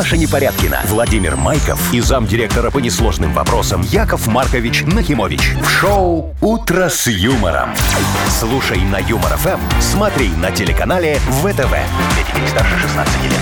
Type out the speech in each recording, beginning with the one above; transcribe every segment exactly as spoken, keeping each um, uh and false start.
Маша Непорядкина, Владимир Майков и замдиректора по несложным вопросам Яков Маркович Нахимович. В шоу «Утро с юмором». Слушай на Юмор ФМ, смотри на телеканале ВТВ. Для детей старше шестнадцати лет.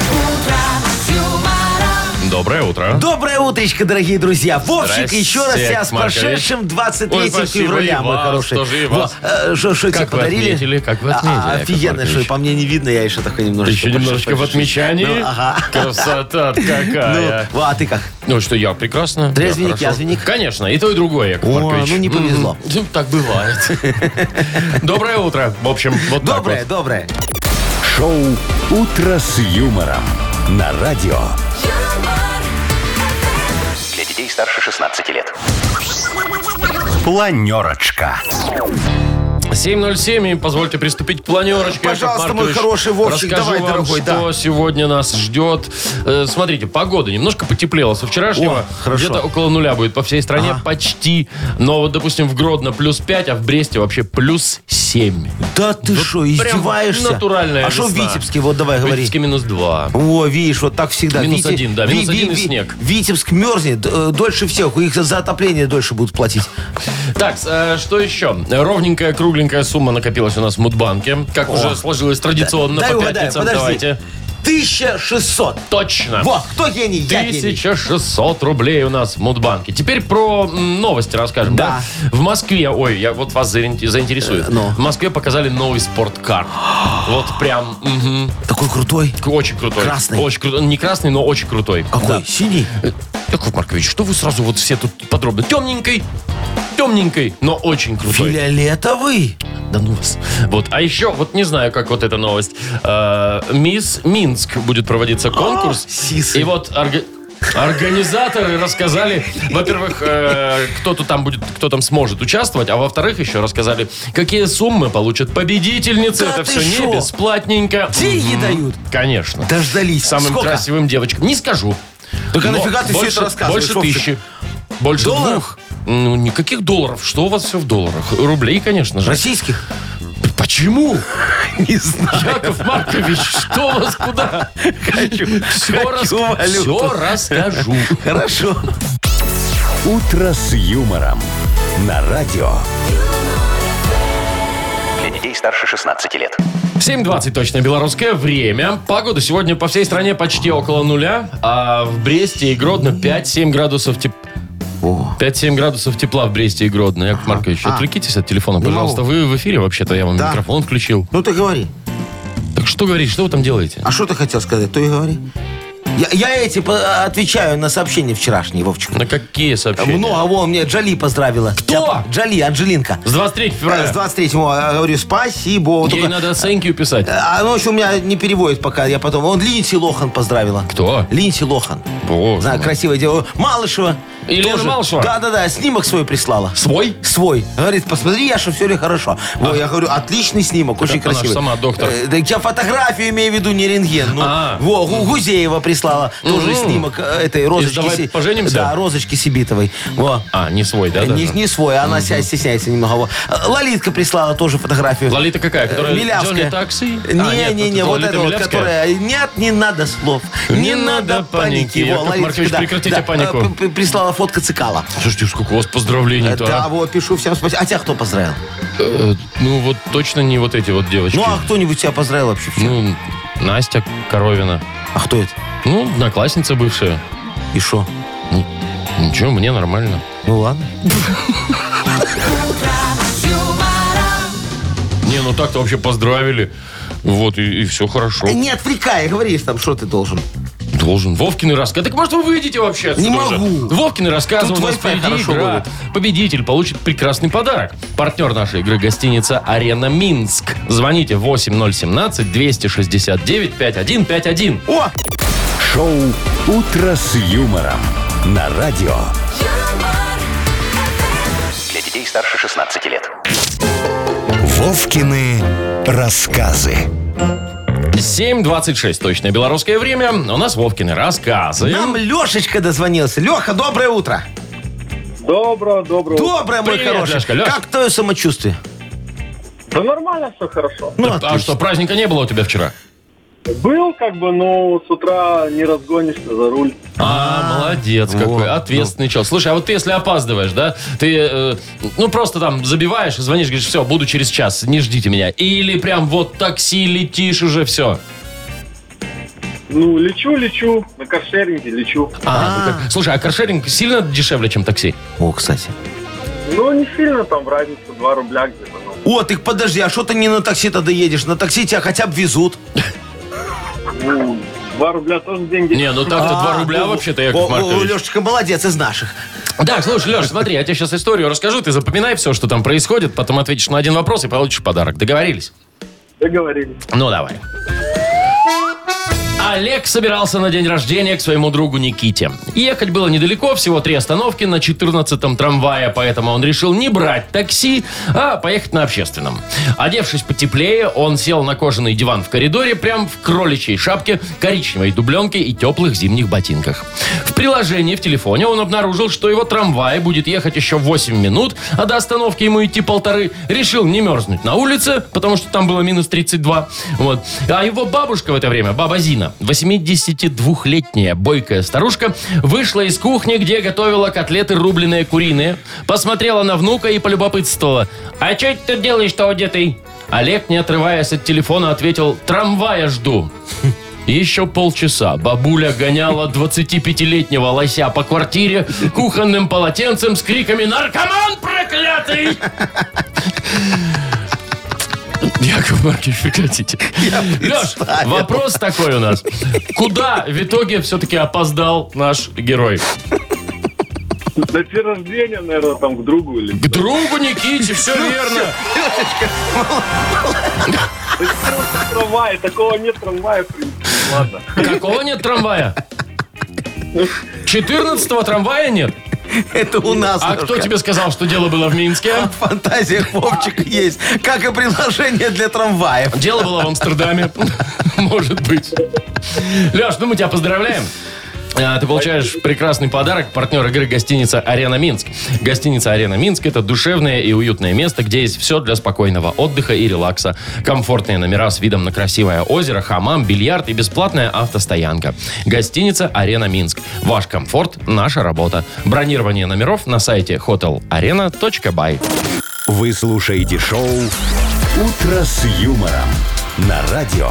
Доброе утро. Доброе утречко, дорогие друзья. Вовчик, еще раз тебя с прошедшим двадцать третьим февраля, мой хороший. Что тебе подарили? Отметили, как вы отметили, а, офигенно, что по мне не видно, я еще такой немножечко. Еще немножечко в отмечании? Ну, ага. Красота какая. Ну, а ты как? Ну что, я прекрасно. Трезвенник, язвенник? Конечно, и то, и другое, Яков О, Маркович. ну не повезло. Ну, так бывает. Доброе утро. В общем, вот так Доброе, вот. доброе. Шоу «Утро с юмором» на радио. Для детей старше шестнадцати лет. Планерочка. семь ноль семь, и позвольте приступить к планерочке. Пожалуйста, мой хороший Вовчик, Расскажу давай, вам, дорогой, что да. сегодня нас ждет. Э, смотрите, погода немножко потеплела со вчерашнего. О, хорошо. Где-то около нуля будет по всей стране, Ага. почти. Но вот, допустим, в Гродно плюс пять, а в Бресте вообще плюс семь. Да ты что, прям издеваешься? натуральная А что в весна. Витебске? Вот давай В говори. Витебске минус два. О, видишь, вот так всегда. Минус Вите- один, да, Ви- минус Ви- один и Ви- снег. Витебск мерзнет э, дольше всех. У них за отопление дольше будут платить. Так, э, что еще? Ровненькая, кругленькая сумма накопилась у нас в Мудбанке. Как уже сложилось традиционно Дай по угадаю, пятницам. подожди. Давайте. тысяча шестьсот. Точно. Во, кто гений? Я гений. тысяча шестьсот рублей у нас в Мудбанке. Теперь про м, новости расскажем. Да. Да. В Москве, ой, я вот вас заин- заинтересует. Э, ну. В Москве показали новый спорткар. Вот прям мгм, Такой крутой. очень крутой. Красный? Очень крутой. Не красный, но очень крутой. Какой? Да. Синий? Э, Яков Маркович, что вы сразу вот все тут подробно? Темненький, темненький, но очень крутой. Фиолетовый. Да ну вас. Вот. А еще, вот не знаю, как вот эта новость. Э, Мисс Минск будет проводиться конкурс. сисы. И вот орга- организаторы рассказали, во-первых, э, кто-то там будет, кто там сможет участвовать, а во-вторых, еще рассказали, какие суммы получат победительницы. Да Это ты все не шо? бесплатненько. Деньги Мгм. дают? Конечно. Дождались. Самым Сколько? красивым девочкам. Не скажу. Так а Но нафига ты все больше, это рассказываешь? Больше Вовчик? тысячи. Больше Долларов? двух. Ну, никаких долларов. Что у вас все в долларах? Рублей, конечно же. Российских? Почему? Не знаю. Яков Маркович, что у вас куда? Хочу. Все, рас... хочу валюту. все расскажу. Хорошо. «Утро с юмором» на радио. Для детей старше шестнадцати лет. семь двадцать точно белорусское время. Погода сегодня по всей стране почти около нуля, а в Бресте и Гродно пять-семь градусов тепла. пять-семь градусов тепла в Бресте и Гродно. Яков Маркович, А. отвлекитесь от телефона, Не пожалуйста. могу. Вы в эфире вообще-то, я вам Да. микрофон включил. Ну ты говори. Так что говорить, что вы там делаете? А что ты хотел сказать? То и говори. Я, я эти по- отвечаю на сообщения вчерашние, Вовчик. На какие сообщения? Ну, а вон мне Джоли поздравила. Кто? Я- Джоли, Анжелинка. С двадцать третьего февраля. Э, С двадцать третьего. Я говорю, спасибо. Вот Ей только- надо thank you писать. А ну еще у меня не переводит пока. Я потом. Он Линдси Лохан поздравила. Кто? Линдси Лохан. Боже Знаю, мой. красивое дело. Малышева. Елена Тоже. Малышева? Да-да-да, снимок свой прислала. Свой? Свой. Говорит, посмотри, Яша, все ли хорошо. Во, я говорю, отличный снимок, очень она ж красивый. сама доктор. Э, так я фотографию имею в виду, не рентген. Ну, А. во, Гу- Гузеева прислала. Тоже Мгм. снимок э, этой розочки. «Давай Си- поженимся»? Да, розочки Сибитовой. Во. А, не свой, да? Не, даже? не свой, она себя стесняется немного. Во. Э, Лолитка прислала тоже фотографию. Лолита какая? Которая Милявская. Джонни Такси? А, Не, нет, не, не, это вот Лолита это вот, Милявская. которая. Нет, не надо слов. Не, надо паники. Во, Яков Лолиточка, Маркович, да, прекратите да, панику. э, п- п- Прислала фотка цикала. Слушайте, сколько у вас поздравлений-то, Да, а? вот, пишу всем спасибо. А тебя кто поздравил? Э, Ну, вот точно не вот эти вот девочки. Ну, а кто-нибудь тебя поздравил вообще? вчера? Ну, Настя Коровина. А кто это? Ну, одноклассница бывшая. И шо? Ну, ничего, мне нормально. Ну, ладно. Не, ну так-то вообще поздравили. Вот, и, все хорошо. Э, Не отвлекай, говоришь там, что ты должен. Должен. Вовкины рассказы. Так может вы выйдете вообще отсюда Не уже? могу. Вовкины рассказы Тут у нас Wi-Fi впереди хорошо игра. ловит. Победитель получит прекрасный подарок. Партнер нашей игры — гостиница «Арена Минск». Звоните восемь ноль семнадцать двести шестьдесят девять пятьдесят один пятьдесят один. О! Шоу «Утро с юмором» на радио. Для детей старше шестнадцати лет. Вовкины рассказы. семь двадцать шесть точное белорусское время. У нас Вовкины рассказы. Нам Лешечка дозвонился. Леха, доброе утро. Доброе, доброе. Доброе, мой Привет, хороший. Лешка, Леш. Как твое самочувствие? Да нормально, все хорошо. Ну, а отлично. что, праздника не было у тебя вчера? Был, как бы, но с утра не разгонишься за руль. А, молодец какой, вот, ответственный человек. Слушай, а вот ты если опаздываешь, да, ты, э, ну, просто там забиваешь, звонишь, говоришь, все, буду через час, не ждите меня. Или прям вот такси летишь уже, все. Ну, лечу, лечу, на каршеринге лечу. А, ну как- Слушай, а каршеринг сильно дешевле, чем такси? О, кстати. Ну, не сильно там разница, два рубля где-то. Ну, О, ты подожди, а что ты не на такси тогда едешь? На такси тебя хотя бы везут. ну, два рубля тоже деньги. Не, ну так-то два А, рубля ну, вообще-то, о, Яков о, Маркович. Лешечка молодец, из наших. Да, слушай, Леш, смотри, я тебе сейчас историю расскажу, ты запоминай все, что там происходит, потом ответишь на один вопрос и получишь подарок. Договорились? Договорились. Ну, давай. Олег собирался на день рождения к своему другу Никите. Ехать было недалеко, всего три остановки на четырнадцатом трамвае, поэтому он решил не брать такси, а поехать на общественном. Одевшись потеплее, он сел на кожаный диван в коридоре, прям в кроличьей шапке, коричневой дубленке и теплых зимних ботинках. В приложении в телефоне он обнаружил, что его трамвай будет ехать еще восемь минут, а до остановки ему идти полторы. Решил не мерзнуть на улице, потому что там было минус тридцать два. Вот. А его бабушка в это время, баба Зина, восьмидесятидвухлетняя бойкая старушка, вышла из кухни, где готовила котлеты рубленые куриные, посмотрела на внука и полюбопытствовала. «А что ты тут делаешь-то одетый?» Олег, не отрываясь от телефона, ответил: «Трамвая жду». Еще полчаса бабуля гоняла двадцатипятилетнего лося по квартире кухонным полотенцем с криками «Наркоман проклятый!» Яков Маркович, прекратите. Леш, вопрос такой у нас. Куда в итоге все-таки опоздал наш герой? На день рождения, наверное, там к другу или... К другу Никите, все верно. Трамвай, такого нет трамвая, в принципе. Ладно. Какого нет трамвая? четырнадцатого трамвая нет? Это у нас. А Лешка. кто тебе сказал, что дело было в Минске? В фантазиях Вовчика есть. Как и приложение для трамваев. Дело было в Амстердаме. Может быть. Леш, ну мы тебя поздравляем. А, Ты получаешь прекрасный подарок. Партнер игры — гостиница «Арена Минск». Гостиница «Арена Минск» — это душевное и уютное место, где есть все для спокойного отдыха и релакса. Комфортные номера с видом на красивое озеро, хамам, бильярд и бесплатная автостоянка. Гостиница «Арена Минск». Ваш комфорт — наша работа. Бронирование номеров на сайте hotel arena точка by. Вы слушаете шоу «Утро с юмором» на радио.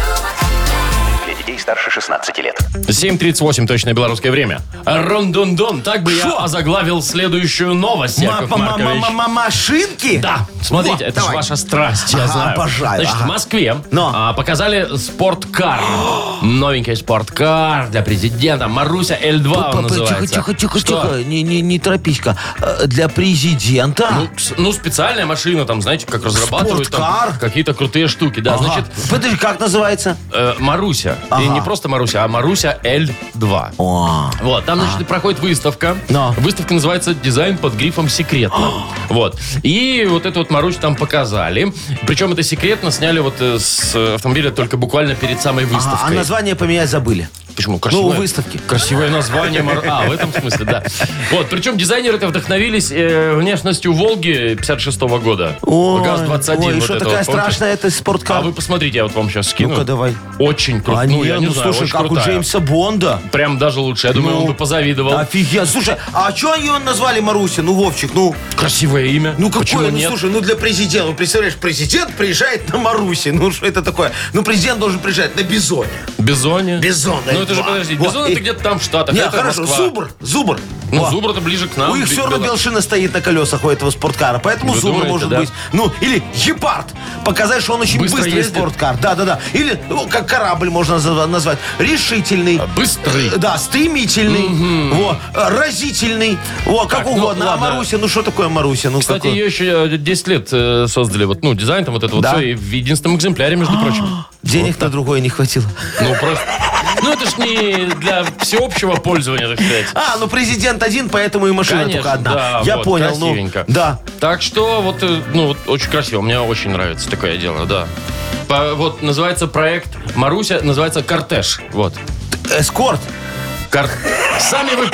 Для детей старше шестнадцати лет. семь тридцать восемь, точное белорусское время. Рондондон. Так бы я озаглавил следующую новость, Яков Маркович. Машинки? Да, смотрите, Вот, это же давай. ваша страсть, я Ага, знаю. обожаю, Значит, ага. в Москве Но. а, показали спорткар. Новенький спорткар для президента. Маруся эль два он П- п- называется. Тихо, тихо, тихо, Что? тихо. Не, не, не торопись-ка. Э, Для президента? Ну, кс- ну, специальная машина, там, знаете, как разрабатывают там Спорткар? какие-то крутые штуки. Да, Ага. значит, Подожди, как называется? э, Маруся. И Ага. не просто Маруся, а Маруся эль два. О, Вот, там, значит, и проходит выставка. Но. Выставка называется «Дизайн под грифом секретно». Вот. И вот эту вот Марусю там показали. Причем это секретно сняли вот э, с автомобиля только буквально перед самой ага, а выставкой. название поменять забыли. Почему? Красивое, Ну, у выставки. Красивое название. Мар- А, в этом смысле, да. Вот, причем дизайнеры-то вдохновились э, внешностью «Волги» пятьдесят шестого года. Ой, ГАЗ-двадцать один. ой, вот что это такая вот, помните? страшная эта спорткар? А вы посмотрите, я вот вам сейчас скину. Ну-ка, давай. Очень круто. А ну, нет, я не ну, знаю, слушай, очень как крутая. у Джеймса Бонда. Прям даже лучше. Я думаю, Ну, он бы позавидовал. Офигеть. Слушай, а что они ее назвали Маруся? Ну, Вовчик, ну... Красивое имя. Ну, Почему какое? Ну, нет? слушай, ну, для президента. Ну, представляешь, президент приезжает на Марусе. Ну, что это такое? Ну, президент должен приезжать на Бизоне. Бизоне? Бизон, Ну это же, эль два. подожди, Вот, Бизон и- это где-то там в Штатах, Нет, это хорошо, Москва. Зубр, Зубр. Ну, Во. Зубр это ближе к нам. У них все равно Биг- белшина стоит на колесах у этого спорткара, поэтому Вы Зубр думаете, может да? быть. Ну, или Гепард. Показать, что он очень Быстро быстрый ездит? спорткар. Да-да-да. Или, ну, как корабль можно назва- назвать. Решительный. Быстрый. Э, Да, стремительный. Вот. э, Разительный. Вот, как Так, ну, угодно. а ладно. Маруся, ну что такое Маруся? Ну, Кстати, какой- ее еще десять лет э, создали. Вот, ну, дизайн там вот это вот Да? все. И в единственном экземпляре, между прочим. Денег на другое не хватило. Ну, просто... Ну, это ж не для всеобщего пользования, так сказать. А, ну президент один, поэтому и машина Конечно, только одна. да, Я вот, понял, красивенько. ну. Да. Так что, вот, э, ну, вот очень красиво. Мне очень нравится такое дело, да. По- вот, называется проект Маруся, называется «Кортеж». Вот. Эскорт. Кар... Сами вы...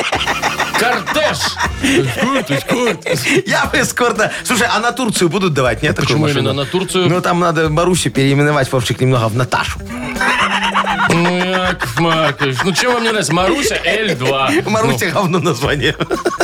Кортеж! Эскорт, эскорт. Я бы эскорта. Слушай, а на Турцию будут давать, нет? такую Почему машину? именно на Турцию? Ну, там надо Марусю переименовать, Вовчик, немного в Наташу. Яков Маркович, ну чем вам не нравится? Маруся Эль два. Маруся говно название.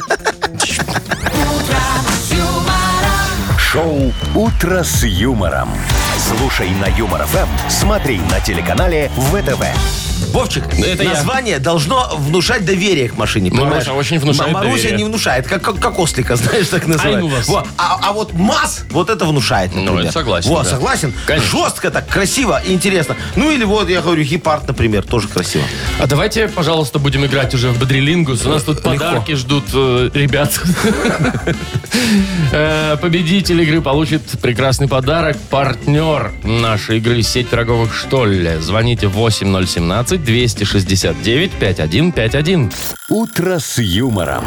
Шоу «Утро с юмором». Слушай на Юмор ФМ, смотри на телеканале ВТВ. Вовчик, Это я. название должно внушать доверие к машине, понимаешь? Маруся очень внушает М- Маруся доверие. не внушает, как, как, как ослика, знаешь, так называют. Ай, ну вас. Во, а, а вот МАЗ, вот это внушает, Ну, например. это согласен, Во, да. согласен? Конечно. Жестко так, красиво и интересно. Ну или вот, я говорю, гепард, например, тоже красиво. А давайте, пожалуйста, будем играть уже в Бодрилингус. У нас тут подарки ждут э, ребят. Э, Победитель игры получит прекрасный подарок. Партнер нашей игры — сеть торговых «Штолле». Звоните восемь ноль семнадцать двести шестьдесят девять пятьдесят один пятьдесят один. «Утро с юмором».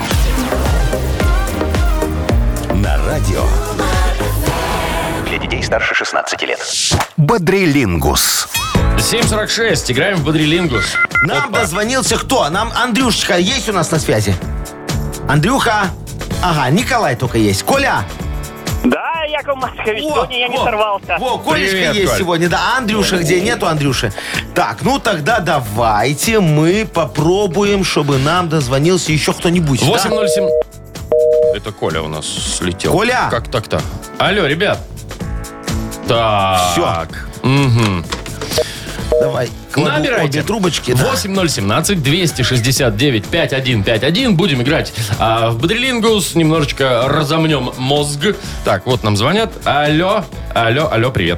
На радио. Для детей старше шестнадцати лет. Бодрилингус. семь сорок шесть. Играем в Бодрилингус. Нам Опа. дозвонился кто? Нам Андрюшечка есть у нас на связи? Андрюха? Ага, Николай только есть. Коля? Да, Яков Маркович, сегодня я не сорвался. Во, Колечка Привет, есть Коль. сегодня, да. А Андрюша где? Нету Андрюши. Так, ну тогда давайте мы попробуем, чтобы нам дозвонился еще кто-нибудь. да? восемь ноль семь. Это Коля у нас слетел. Коля? Как так-то? Алло, ребят. Так. Всё. Угу. Давай, кладу Набирайте. обе трубочки. да. восемь ноль семнадцать двести шестьдесят девять пятьдесят один пятьдесят один. Будем играть а, в Бодрилингус. Немножечко разомнем мозг. Так, вот нам звонят. Алло, алло, алло, привет.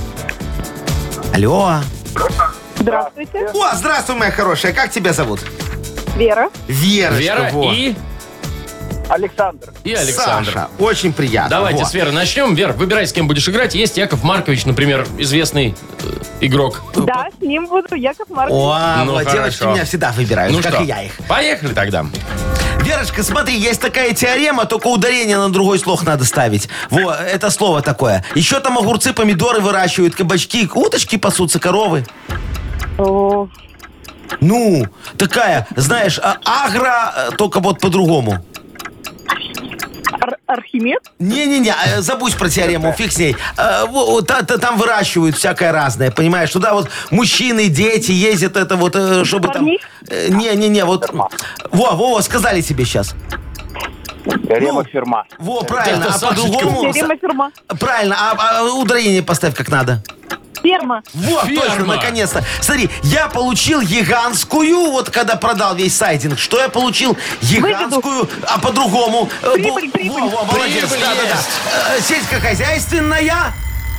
Алло. Здравствуйте, О, здравствуй, моя хорошая. Как тебя зовут? Вера. Верочка. Вера во. и, Александр. и Александр. Саша. Очень приятно. Давайте во. с Веры начнем. Вер, выбирай, с кем будешь играть. Есть Яков Маркович, например, известный э, игрок. Да, с ним буду, Яков Маркович. О, Ну, вот девочки хорошо. меня всегда выбирают, Ну как что, и я их. поехали тогда. Верочка, смотри, есть такая теорема, только ударение на другой слог надо ставить. Во, это слово такое. Еще там огурцы, помидоры выращивают, кабачки, уточки пасутся, коровы. О, Ну, такая, знаешь, а- агро, э, только вот по-другому. Ар- Архимед? Не-не-не, э, забудь про теорему, фиг с ней. Э, во- вот та- та- Там выращивают всякое разное, понимаешь? Туда вот мужчины, дети ездят, это вот, э, чтобы там... Парник? э, Не-не-не, вот... Во, во, во, сказали тебе сейчас. Рема фирма. Во, правильно, Это а Сашечка. по-другому... Ферма, ферма. Правильно, а, а ударение поставь как надо. Ферма. Вот, Ферма. точно, наконец-то. Смотри, я получил гигантскую, вот когда продал весь сайдинг, что я получил? Гигантскую, а по-другому... э, Прибыль, бу- прибыль. Во, во, молодец, Прибыль да-да-да. есть. Э, Сельскохозяйственная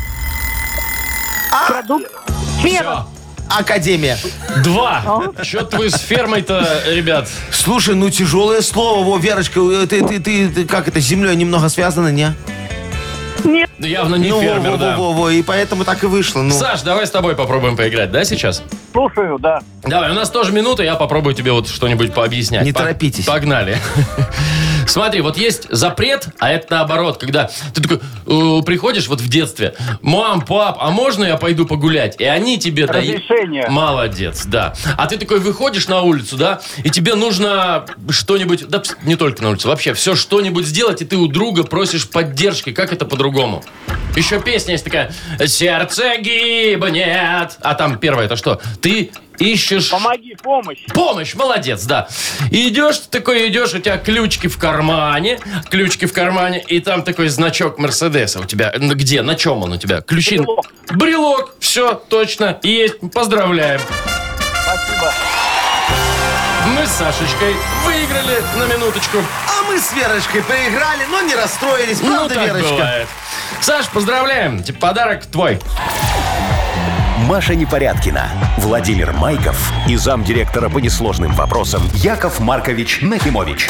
Продукт. Ферма. академия. Два. Что-то вы с фермой-то, ребят. Слушай, ну тяжелое слово, во, Верочка, э, ты, ты, ты, ты как это, с землей немного связано, не? Нет. Явно не ну, фермер, во, да. во, во, во, и поэтому так и вышло. Ну. Саш, давай с тобой попробуем поиграть, да, сейчас? Слушаю, да. Давай, у нас тоже минута, я попробую тебе вот что-нибудь пообъяснять. Не По- торопитесь. Погнали. Смотри, вот есть запрет, а это наоборот, когда ты такой э, приходишь вот в детстве, мам, пап, а можно я пойду погулять? И они тебе дают... Разрешение. Молодец, да. А ты такой выходишь на улицу, да, и тебе нужно что-нибудь, да пс, не только на улице, вообще все что-нибудь сделать, и ты у друга просишь поддержки. Как это по-другому? Еще песня есть такая: «Сердце гибнет». А там первое это что? Ты ищешь... Помоги, помощь. Помощь, молодец, да. И идешь, ты такой идешь, у тебя ключики в кармане, ключики в кармане, и там такой значок Мерседеса у тебя. Ну, где, на чем он у тебя? Ключи. Брелок. Брелок, все, точно, есть. Поздравляем. Спасибо. Мы с Сашечкой выиграли на минуточку. А мы с Верочкой проиграли, но не расстроились, Ну, правда, так Верочка? бывает. Саш, поздравляем. Типа, подарок твой. Маша Непорядкина, Владимир Майков и замдиректора по несложным вопросам Яков Маркович Нахимович.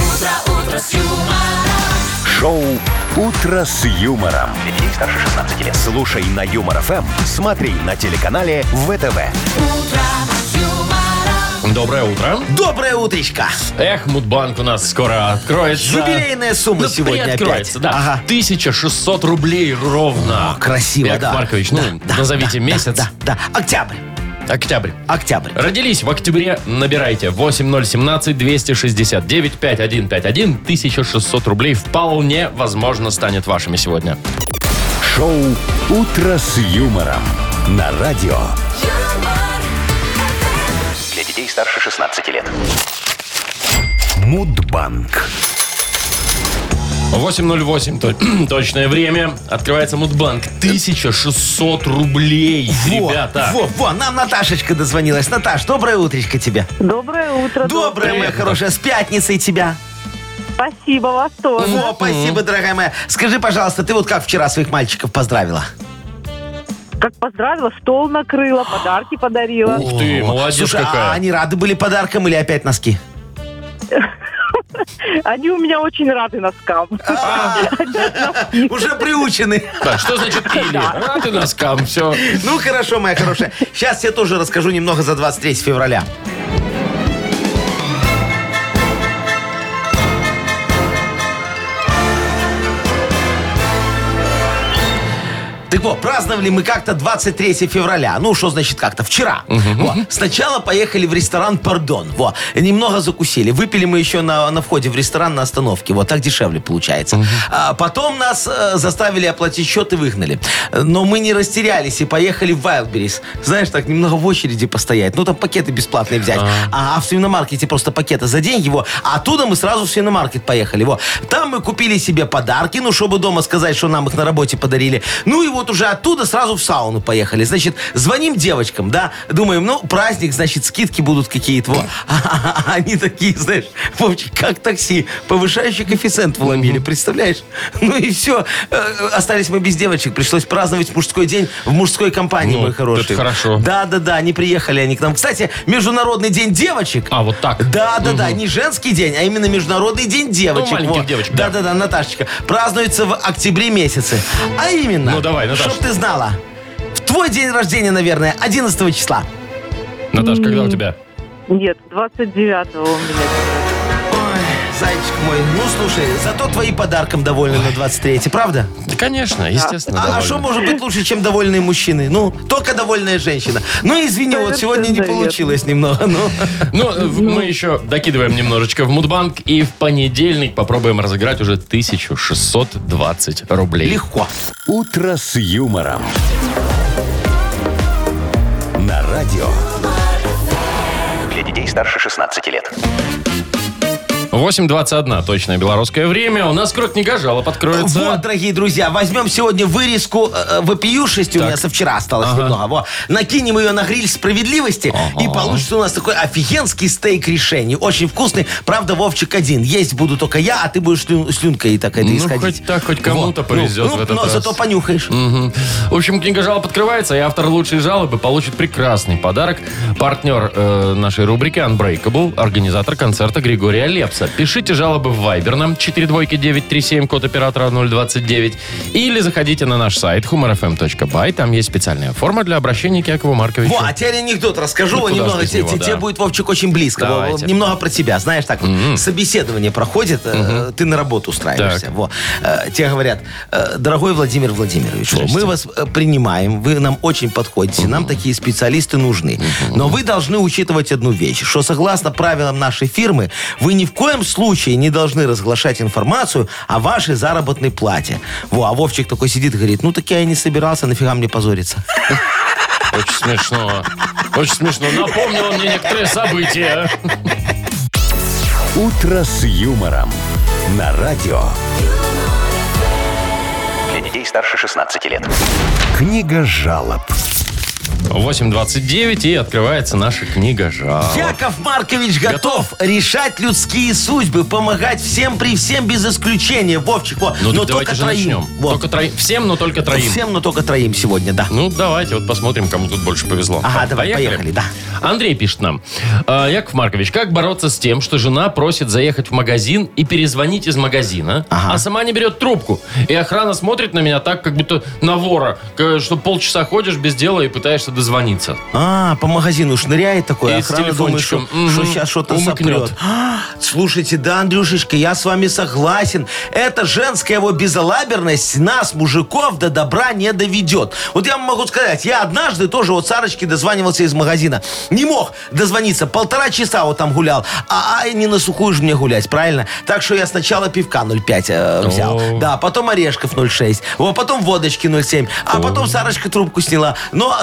Шоу «Утро с юмором». Для детей старше шестнадцати лет. Слушай на Юмор ФМ, смотри на телеканале ВТВ. Доброе утро. Доброе утречко. Эх, Мудбанк у нас скоро откроется. Юбилейная сумма Ну, сегодня приоткроется, опять. да. Ага. тысяча шестьсот рублей ровно. О, красиво, Яков да. Маркович, ну, Да, назовите да, месяц. Да, да, да. Октябрь. Октябрь. Октябрь. Родились в октябре, набирайте восемь ноль семнадцать двести шестьдесят девять пятьдесят один пятьдесят один. тысяча шестьсот рублей вполне возможно станет вашими сегодня. Шоу «Утро с юмором» на радио. Для детей старше шестнадцати лет. Мудбанк. восемь ноль восемь то- точное время. Открывается Мудбанк. тысяча шестьсот рублей, ребята. Во, во, нам Наташечка дозвонилась. Наташ, доброе утречко тебе. Доброе утро. Доброе, моя Привет. хорошая. С пятницей тебя. Спасибо, вас тоже. О, спасибо, дорогая моя. Скажи, пожалуйста, ты вот как вчера своих мальчиков поздравила? Как поздравила, стол накрыла, подарки подарила. Ух ты, молодец Слушай, какая. а они рады были подаркам или опять носки? Они у меня очень рады носкам. Уже приучены. Так, что значит или? Рады носкам, все. Ну, хорошо, моя хорошая. Сейчас я тоже расскажу немного за двадцать третьего февраля. Так вот, праздновали мы как-то двадцать третьего февраля. Ну, что значит как-то? Вчера. Во. Сначала поехали в ресторан «Пардон». Во. Немного закусили. Выпили мы еще на, на входе в ресторан на остановке. Вот так дешевле получается. А потом нас э, заставили оплатить счет и выгнали. Но мы не растерялись и поехали в Wildberries. Знаешь, так немного в очереди постоять. Ну, там пакеты бесплатные взять. А, а в свиномаркете просто пакеты за деньги. Во. А оттуда мы сразу в свиномаркет поехали. Во. Там мы купили себе подарки, ну, чтобы дома сказать, что нам их на работе подарили. Ну, и вот уже оттуда сразу в сауну поехали. Значит, звоним девочкам, да, думаем, ну, праздник, значит, скидки будут какие-то. Во. А они такие, знаешь, Вовчик, как такси, повышающий коэффициент вломили, представляешь? Ну и все. Остались мы без девочек, пришлось праздновать мужской день в мужской компании, Ну, мой хороший. это хорошо. Да-да-да, не приехали они к нам. Кстати, Международный день девочек. А, вот так. Да-да-да, не женский день, а именно Международный день девочек. Ну, маленьких Во. девочек, да. Да-да-да, Наташечка. Празднуется в октябре месяце. А именно, Ну, давай, Наташ. чтоб ты знала, в твой день рождения, наверное, одиннадцатого числа. Наташ, когда у тебя? Нет, двадцать девятого у меня. Ой, зайчик мой, ну слушай, зато твои подарком довольны на двадцать третье, правда? Да, конечно, естественно. А довольно. что может быть лучше, чем довольные мужчины? Ну, только довольная женщина. Ну, извини, вот сегодня не Совершенно получилось немного. Ну. Ну, в- мы еще докидываем немножечко в Мудбанк и в понедельник попробуем разыграть уже тысяча шестьсот двадцать рублей. Легко. «Утро с юмором». На радио. Для детей старше шестнадцати лет. восемь двадцать один точное белорусское время. У скоро книга жалоб откроется. Вот, дорогие друзья, возьмем сегодня вырезку э, вопиюшести, у меня со вчера осталось Ага. немного. Во. Накинем ее на гриль справедливости, и получится у нас такой офигенский стейк решений. Очень вкусный. Правда, Вовчик один. Есть буду только я, а ты будешь слю- слюнкой так это Ну, исходить. хоть так, хоть кому-то Вот. повезет Ну, в этот но раз. зато понюхаешь. Мгм. В общем, книга жалоб открывается, и автор лучшей жалобы получит прекрасный подарок. Партнер э, нашей рубрики Unbreakable, организатор концерта Григория Лепса. Пишите жалобы в Viber нам четыре двойки девять три семь, код оператора ноль двадцать девять. Или заходите на наш сайт humor эф эм точка бай. Там есть специальная форма для обращения к Якову Марковичу. Во, а теперь анекдот расскажу. Ну, куда немного, ж без те- него, те- да. тебе будет, Вовчик, очень близко. Во, Давайте. Немного про тебя. Знаешь, так вот, собеседование проходит, э, ты на работу устраиваешься. Так. Во. Э, тебе говорят, э, дорогой Владимир Владимирович, во, мы вас э, принимаем, вы нам очень подходите, нам такие специалисты нужны. Но вы должны учитывать одну вещь, что согласно правилам нашей фирмы, вы ни в коем случае не должны разглашать информацию о вашей заработной плате. Во, а Вовчик такой сидит и говорит, ну так я и не собирался, нафига мне позориться. Очень смешно. Очень смешно. Напомнило мне некоторые события. «Утро с юмором». На радио. Для детей старше шестнадцати лет. Книга жалоб. восемь двадцать девять, и открывается наша книга жалоб. Яков Маркович готов, решать людские судьбы, помогать всем при всем без исключения. Вовчик, во, Ну, но так давайте только же троим. начнем. Во. Только троим. Всем, но только троим. Всем, но только троим сегодня, да. Ну, давайте вот посмотрим, кому тут больше повезло. Ага, давай, поехали, да. Андрей пишет нам. «А, Яков Маркович, как бороться с тем, что жена просит заехать в магазин и перезвонить из магазина, Ага. а сама не берет трубку? И охрана смотрит на меня так, как будто на вора, к- что полчаса ходишь без дела и пытаешься дозвониться. А, по магазину шныряет такой, И охрана с думает, что, телефончиком. Мгм. сейчас что-то Умыкнет. сопрет. А, слушайте, да, Андрюшечка, я с вами согласен. Это женская его безалаберность нас, мужиков, до добра не доведет. Вот я вам могу сказать, я однажды тоже вот Сарочке дозванивался из магазина. Не мог дозвониться, полтора часа вот там гулял. А, а не на сухую же мне гулять, правильно? Так что я сначала пивка ноль пять э, взял. О. Да, потом орешков ноль шесть. Вот потом водочки ноль семь. А потом Сарочка трубку сняла. Но звонил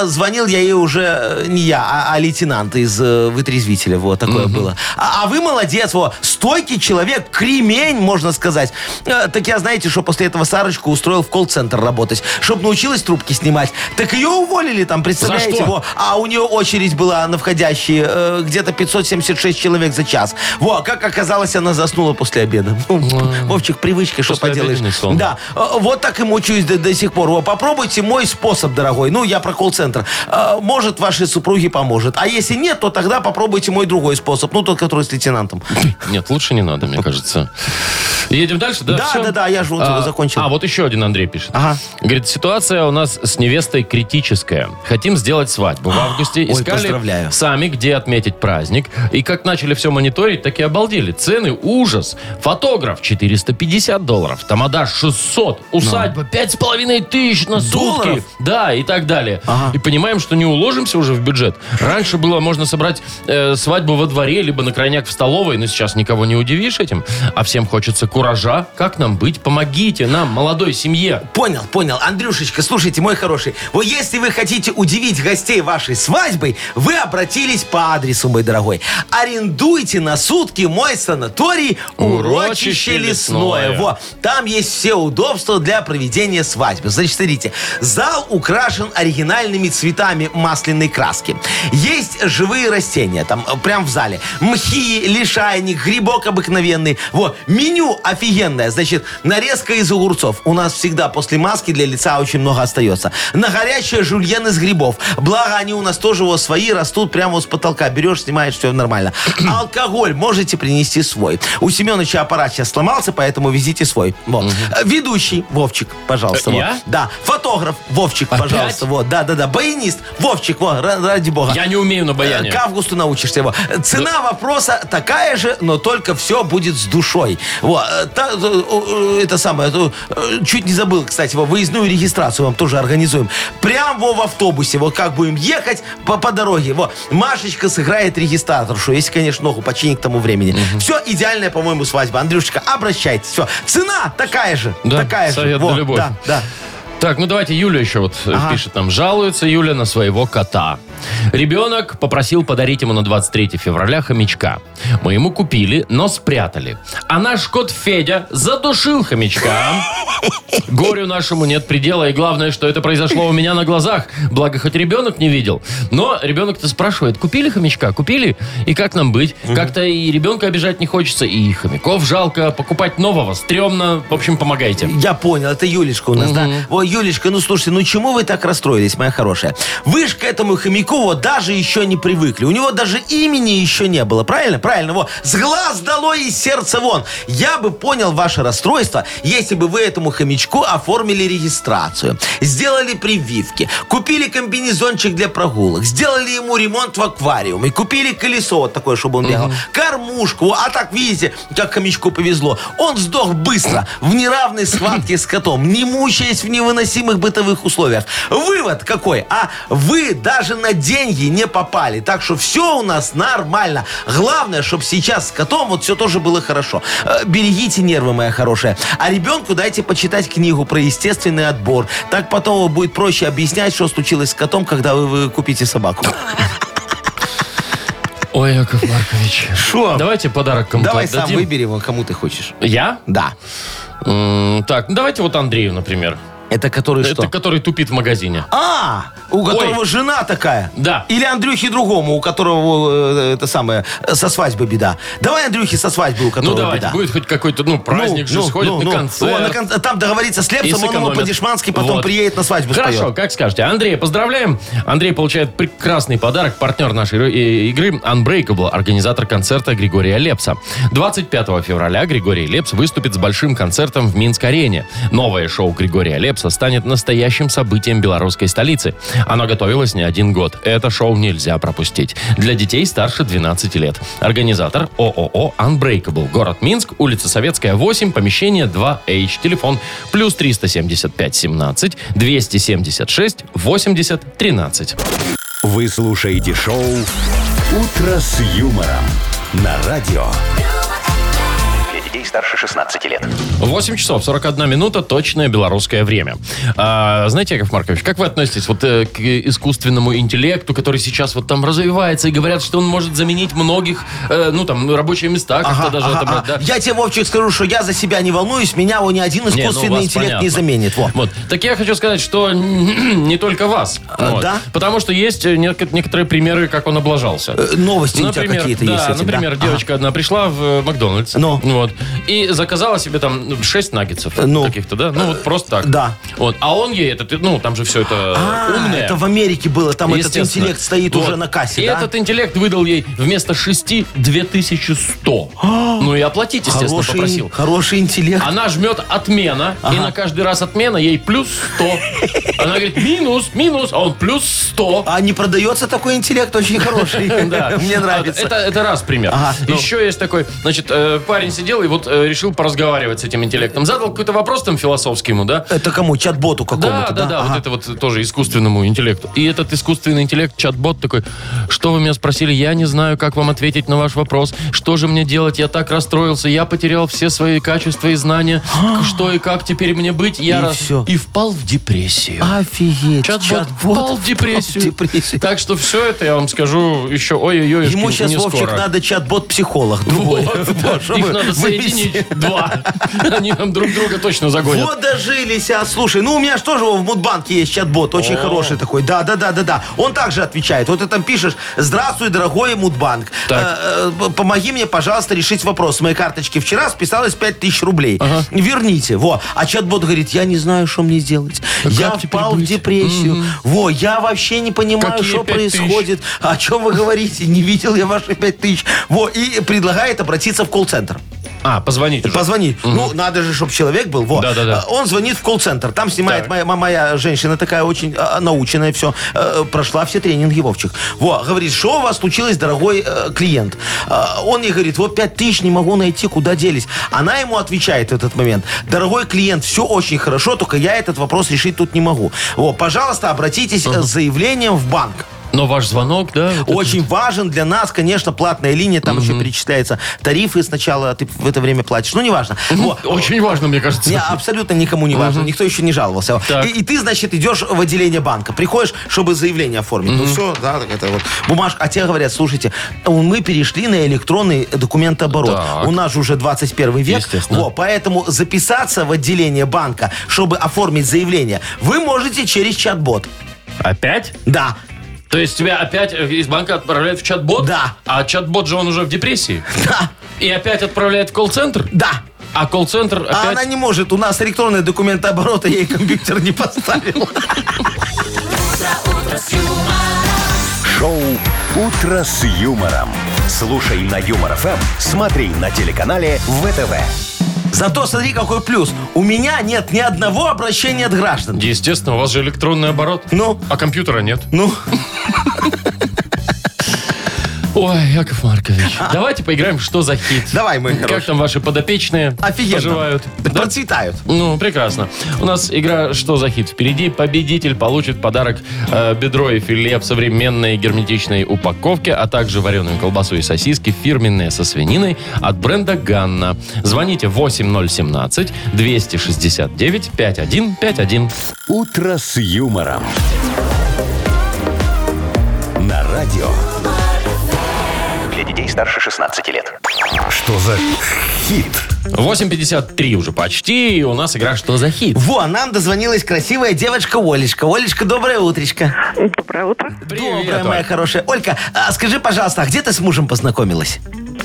я ей уже э, не я, а, а лейтенант из э, вытрезвителя. Вот, такое было. А, а вы молодец, во, стойкий человек, кремень, можно сказать. Э, так я, знаете, что после этого Сарочку устроил в колл-центр работать, чтобы научилась трубки снимать. Так ее уволили там, представляете? За что? Во, а у нее очередь была на входящие э, где-то пятьсот семьдесят шесть человек за час. Во, как оказалось, она заснула после обеда. Ну, Вовчик, привычка, что поделаешь. Послеобеденный сон. Да, э, вот так и мучаюсь до, до сих пор. Во, попробуйте мой способ, дорогой. Ну, я про колл-центр. Э, может, вашей супруге поможет. А если нет, то тогда попробуйте мой другой способ. Ну, тот, который с лейтенантом. Нет, лучше не надо, мне кажется. Едем дальше, да? Да, Всё? да, да, я же вот а, закончил. А, вот еще один Андрей пишет. Ага. Говорит, ситуация у нас с невестой критическая. Хотим сделать свадьбу в августе. Ой, Искали поздравляю. сами, где отметить праздник. И как начали все мониторить, так и обалдели. Цены ужас. Фотограф четыреста пятьдесят долларов. Тамада шестьсот. Усадьба пять с половиной тысяч на сутки. Долларов? Да, и так далее. Ага. И понимаем, что не уложимся уже в бюджет. Раньше было можно собрать э, свадьбу во дворе, либо на крайняк в столовой, но сейчас никого не удивишь этим. А всем хочется куража. Как нам быть? Помогите нам, молодой семье. Понял, понял. Андрюшечка, слушайте, мой хороший. Вот если вы хотите удивить гостей вашей свадьбой, вы обратились по адресу, мой дорогой. Арендуйте на сутки мой санаторий «Урочище Урочище лесное». лесное. Во. Там есть все удобства для проведения свадьбы. Значит, смотрите. Зал украшен оригинальными цветами масляной краски. Есть живые растения там прям в зале. Мхи, лишайник, грибок обыкновенный. Во. Меню офигенное. Значит, нарезка из огурцов. У нас всегда после маски для лица очень много остается. На горячее жульен из грибов. Благо, они у нас тоже вот свои растут прямо вот с потолка. Берешь, снимаешь, все нормально. Алкоголь можете принести свой. У Семеновича аппарат сейчас сломался, поэтому везите свой. Вот. Ведущий Вовчик, пожалуйста. Э, вот. я? Да. Фотограф Вовчик, Опять? пожалуйста. Вот. Да, да, да. Баянист Вовчик, вот, ради бога. Я не умею на баяне. К августу научишься его. Цена вопроса такая же, но только все будет с душой. Вот. Та- э, Это самое, э, чуть не забыл, кстати, во, выездную регистрацию вам тоже организуем. Прям во, в автобусе, вот как будем ехать по, по дороге. Вот. Машечка сыграет регистраторшу, если, конечно, ногу починит к тому времени. Все идеальная, по-моему, свадьба. Андрюшечка, обращайтесь. Все. Цена такая же. Да, такая совет же. на Во, любовь. Да, да. Так, ну давайте Юля еще вот э, Ага. пишет нам. Жалуется Юля на своего кота. Ребенок попросил подарить ему на двадцать третье февраля хомячка. Мы ему купили, но спрятали. А наш кот Федя задушил хомячка. Горю нашему нет предела. И главное, что это произошло у меня на глазах. Благо, хоть ребенок не видел. Но ребенок-то спрашивает, купили хомячка? Купили? И как нам быть? Как-то и ребенка обижать не хочется, и хомяков жалко. Покупать нового стрёмно. В общем, помогайте. Я понял, это Юлечка у нас, да? Ой, Юлечка, ну слушайте, ну чему вы так расстроились, моя хорошая? Вы ж к этому хомяку вот даже еще не привыкли. У него даже имени еще не было, правильно? Правильно, вот. С глаз долой и сердца вон. Я бы понял ваше расстройство, если бы вы этому хомячку оформили регистрацию, сделали прививки, купили комбинезончик для прогулок, сделали ему ремонт в аквариуме, купили колесо вот такое, чтобы он бегал, кормушку. А так, видите, как хомячку повезло. Он сдох быстро, в неравной схватке с котом, не мучаясь в невыносимых бытовых условиях. Вывод какой? А вы даже на деньги не попали. Так что все у нас нормально. Главное, чтобы сейчас с котом вот все тоже было хорошо. Э, Берегите нервы, моя хорошая. А ребенку дайте почитать книгу про естественный отбор. Так потом вам будет проще объяснять, что случилось с котом, когда вы, вы купите собаку. Ой, Яков Маркович. Шо? Давайте подарок кому-то Давай сам отдадим. выбери, вон, кому ты хочешь. Я? Да. М, Так, ну давайте вот Андрею, например. Это который что? Это который тупит в магазине. А, у которого Ой. жена такая. Да. Или Андрюхе другому, у которого э, это самое, э, со свадьбы беда. Давай Андрюхе со свадьбы, у Ну которого давайте, беда. будет хоть какой-то, ну, праздник Ну, же, ну, сходит ну, на ну. концерт. О, на кон- Там договорится с И Лепсом, он ему сэкономит. по-дешмански потом Вот. приедет на свадьбу Хорошо, споет. как скажете. Андрей, поздравляем. Андрей получает прекрасный подарок. Партнер нашей э, игры Unbreakable, организатор концерта Григория Лепса. двадцать пятого февраля Григорий Лепс выступит с большим концертом в Минск-арене. Новое шоу Григория Лепса станет настоящим событием белорусской столицы. Оно готовилось не один год. Это шоу нельзя пропустить. Для детей старше двенадцати лет. Организатор ООО Unbreakable. Город Минск, улица Советская, восемь, помещение два эйч. Телефон плюс триста семьдесят пять семнадцать двести семьдесят шесть восемьдесят тринадцать. Вы слушаете шоу «Утро с юмором» на радио. Для детей старше шестнадцати лет. восемь часов сорок одна минута, точное белорусское время. А, знаете, Яков Маркович, как вы относитесь вот э, к искусственному интеллекту, который сейчас вот там развивается, и говорят, что он может заменить многих, э, ну там, рабочие места, как-то Ага, даже ага, отобрать, ага. да? Я тебе, Вовчик, скажу, что я за себя не волнуюсь, меня его ни один Не, ну, искусственный вас интеллект понятно. не заменит. Во. Вот. Так я хочу сказать, что не только вас. А, Вот. да? Потому что есть нек- некоторые примеры, как он облажался. Э, Новости у тебя Например, какие-то да, есть с этим, например, да? девочка одна пришла в э, Макдональдс. Ну. Вот, и заказала себе там шесть наггетсов Ну. каких-то, да? Ну, вот просто так. да. Вот. А он ей, этот, ну, там же все это А, умное. это в Америке было, там этот Естественно. интеллект стоит Вот. уже на кассе, И да? этот интеллект выдал ей вместо шести две тысячи сто. Ну и оплатить, естественно, Хороший, попросил. хороший интеллект. Она жмет отмена, и на каждый раз отмена ей плюс сто. Она говорит, минус, минус, а он плюс сто. А не продается такой интеллект очень хороший. Да. Мне нравится. Это, это раз пример. Ага, ну. Еще есть такой, значит, э, парень сидел и вот э, решил поразговаривать с этим интеллектом. Задал какой-то вопрос там философский ему, да? Это кому? Чат-боту Да, какому-то, да, да, Ага. вот это вот тоже искусственному интеллекту. И этот искусственный интеллект, чат-бот такой, что вы меня спросили, я не знаю, как вам ответить на ваш вопрос. Что же мне делать? Я так расстроился, я потерял все свои качества и знания. Что и как теперь мне быть? Я И раз- всё. и впал в депрессию. Офигеть. Чат-бот впал в депрессию. депрессию. Так что все это, я вам скажу, еще ой-ой-ой, Ему сейчас, не Вовчик, скоро. надо чат-бот-психолог. Другой. Вот, Да, вот, чтобы их надо вывести. соединить два. Они там друг друга точно загонят. Вот дожились, а слушай, ну у меня же тоже в Мудбанке есть чат-бот, очень О. хороший такой, да, да, да, да, да. Он также отвечает, вот ты там пишешь: здравствуй, дорогой Мудбанк, Так. Э, э, помоги мне, пожалуйста, решить вопрос. С моей карточки вчера списалось пять тысяч рублей, Ага. верните, во. А чат-бот говорит: я не знаю, что мне сделать, А я как теперь впал в быть? депрессию, во, я вообще не понимаю, Какие что пять тысяч? происходит, о чем вы говорите, не видел я ваши пять тысяч, во, и предлагает обратиться в колл-центр. А, позвонить уже. Позвони. Ну, надо же, чтобы человек был. Вот. Да-да-да. Он звонит в колл-центр. Там снимает Так. моя, моя женщина такая очень а, наученная, все. э, прошла все тренинги, Вовчик. Во, говорит, что у вас случилось, дорогой э, клиент? А, он ей говорит: вот пять тысяч не могу найти, куда делись. Она ему отвечает в этот момент: дорогой клиент, все очень хорошо, только я этот вопрос решить тут не могу. Во, пожалуйста, обратитесь э, с заявлением в банк. Но ваш звонок, да? вот Очень важен для нас, конечно, платная линия. Там еще перечисляются тарифы сначала, ты в это время платишь. Ну, неважно. Во. это Очень важно, мне кажется. Не, абсолютно никому не важно. Никто еще не жаловался. Так. И, и ты, значит, идешь в отделение банка. Приходишь, чтобы заявление оформить. Ну все, да, так это вот бумажка. А тебе говорят: слушайте, мы перешли на электронный документооборот. Так. У нас же уже двадцать первый век. Естественно. Во, поэтому записаться в отделение банка, чтобы оформить заявление, вы можете через чат-бот. Опять? Да. То есть тебя опять из банка отправляют в чат-бот? Да. А чат-бот же он уже в депрессии? Да. И опять отправляют в колл-центр? Да. А колл-центр А опять... она не может. У нас электронный документооборот, а ей компьютер не поставил. Шоу «Утро с юмором». Слушай на Юмор ФМ, смотри на телеканале ВТВ. Зато смотри, какой плюс. У меня нет ни одного обращения от граждан. Естественно, у вас же электронный оборот. Ну? А компьютера нет. Ну, Ой, Яков Маркович, давайте поиграем в «Что за хит?». Давай, мой Как хороший. там ваши подопечные Офигенно. поживают? Так Да? процветают. Ну, прекрасно. У нас игра «Что за хит?». Впереди победитель получит в подарок э, бедро и филе в современной герметичной упаковке, а также вареную колбасу и сосиски фирменные со свининой от бренда «Ганна». Звоните восемь ноль семнадцать двести шестьдесят девять пятьдесят один пятьдесят один. «Утро с юмором». На радио. Для детей старше шестнадцати лет. Что за хит? восемь пятьдесят три уже почти, и у нас игра «Что за хит?». Во, нам дозвонилась красивая девочка Олечка. Олечка, доброе утречко. Доброе утро. Привет, Доброе, моя Оль. хорошая. Олька, а скажи, пожалуйста, а где ты с мужем познакомилась?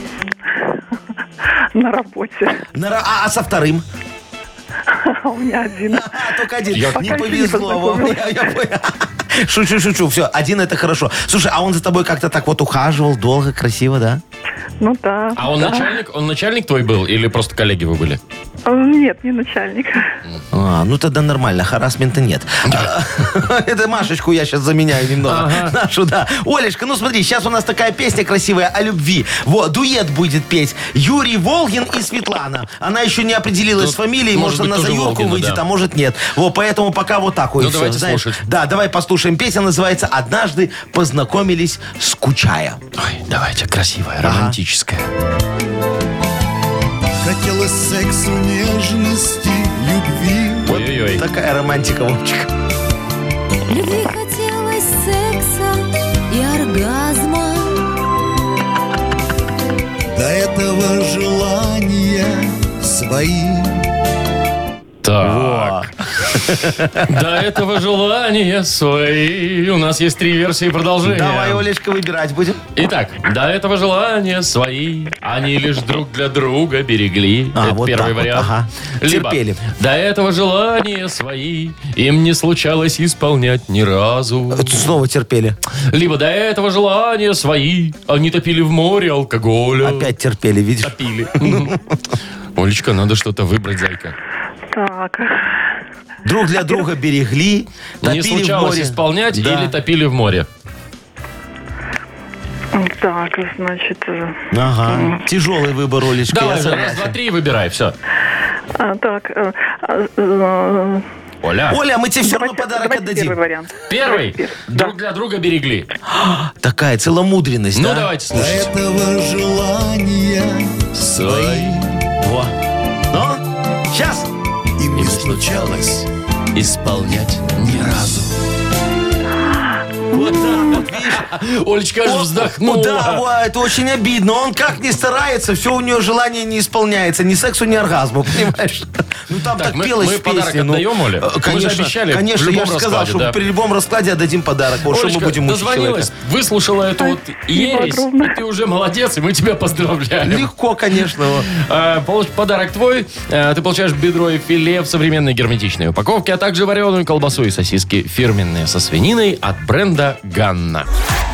На работе. На ра- а, а со вторым? А у меня один. А, только один. Я- Не Пока еще не повезло вам. познакомилась. Я- я понял. Шучу, шучу. Все, один это хорошо. Слушай, а он за тобой как-то так вот ухаживал, долго, красиво, да? Ну да. А он да. начальник, он начальник твой был или просто коллеги вы были? А, Нет, не начальник. А, ну тогда нормально, харассмента нет. А, Это Машечку я сейчас заменяю немного. Ага. Нашу, да. Олечка, ну смотри, сейчас у нас такая песня красивая о любви. Вот, дуэт будет петь Юрий Волгин и Светлана. Она еще не определилась Тут, с фамилией, может может, быть, она за тоже Юрку Волгина, выйдет, да. а может нет. Вот, поэтому пока вот так вот. Ну, всё, давайте знаешь. слушать. Да, давай послушаем. Песня называется «Однажды познакомились, скучая». Ой, давайте, красивая, романтическая. Хотелось сексу, нежности, любви. Ой-ой-ой. Такая романтика, Вовчик. Любви хотелось, секса и оргазма. До этого желания свои. Так. До этого желания свои. У нас есть три версии продолжения. Давай, Олечка, выбирать будем. Итак, до этого желания свои они лишь друг для друга берегли. А, Это вот первый так вот, вариант. ага. Либо Терпели. до этого желания свои им не случалось исполнять ни разу. Это снова терпели. Либо до этого желания свои они топили в море алкоголя. Опять терпели, видишь? Топили. Мгм. Олечка, надо что-то выбрать, зайка. Так. Друг для друга берегли, Не топили в случалось море. исполнять Да. или топили в море. Так, значит... э, Ага. Тяжелый выбор, Олечка, Давай я же, раз, согласен. два, три, выбирай, все. а, так, э, э, э, Оля, Оля, мы тебе все равно давайте, подарок давайте отдадим. первый вариант. первый. Давайте первый. Друг для друга берегли. Такая целомудренность, Ну, да? давайте До слушать. этого желания свои. Во. Ну, сейчас. Им не случалось. Исполнять ни разу. Вот так вот, видишь? Олечка аж О, вздохнула. Да, во, это очень обидно. Он как ни старается, все у него желание не исполняется. Ни сексу, ни оргазму, понимаешь? Ну там Так, так, мы- пелось мы в песне. подарок ну. отдаем, Оле? Э, Мы же Конечно, обещали, конечно, в я любом же сказал, раскладе, что да. при любом раскладе отдадим подарок. Вот что мы Олечка будем мучить дозвонилась, человека. выслушала эту вот ересь, огромное. и ты уже молодец, и мы тебя поздравляем. Легко, конечно. во. Э, получ- Подарок твой. Э, Ты получаешь бедро и филе в современной герметичной упаковке, а также вареную колбасу и сосиски фирменные со свининой от бренда «Ганна».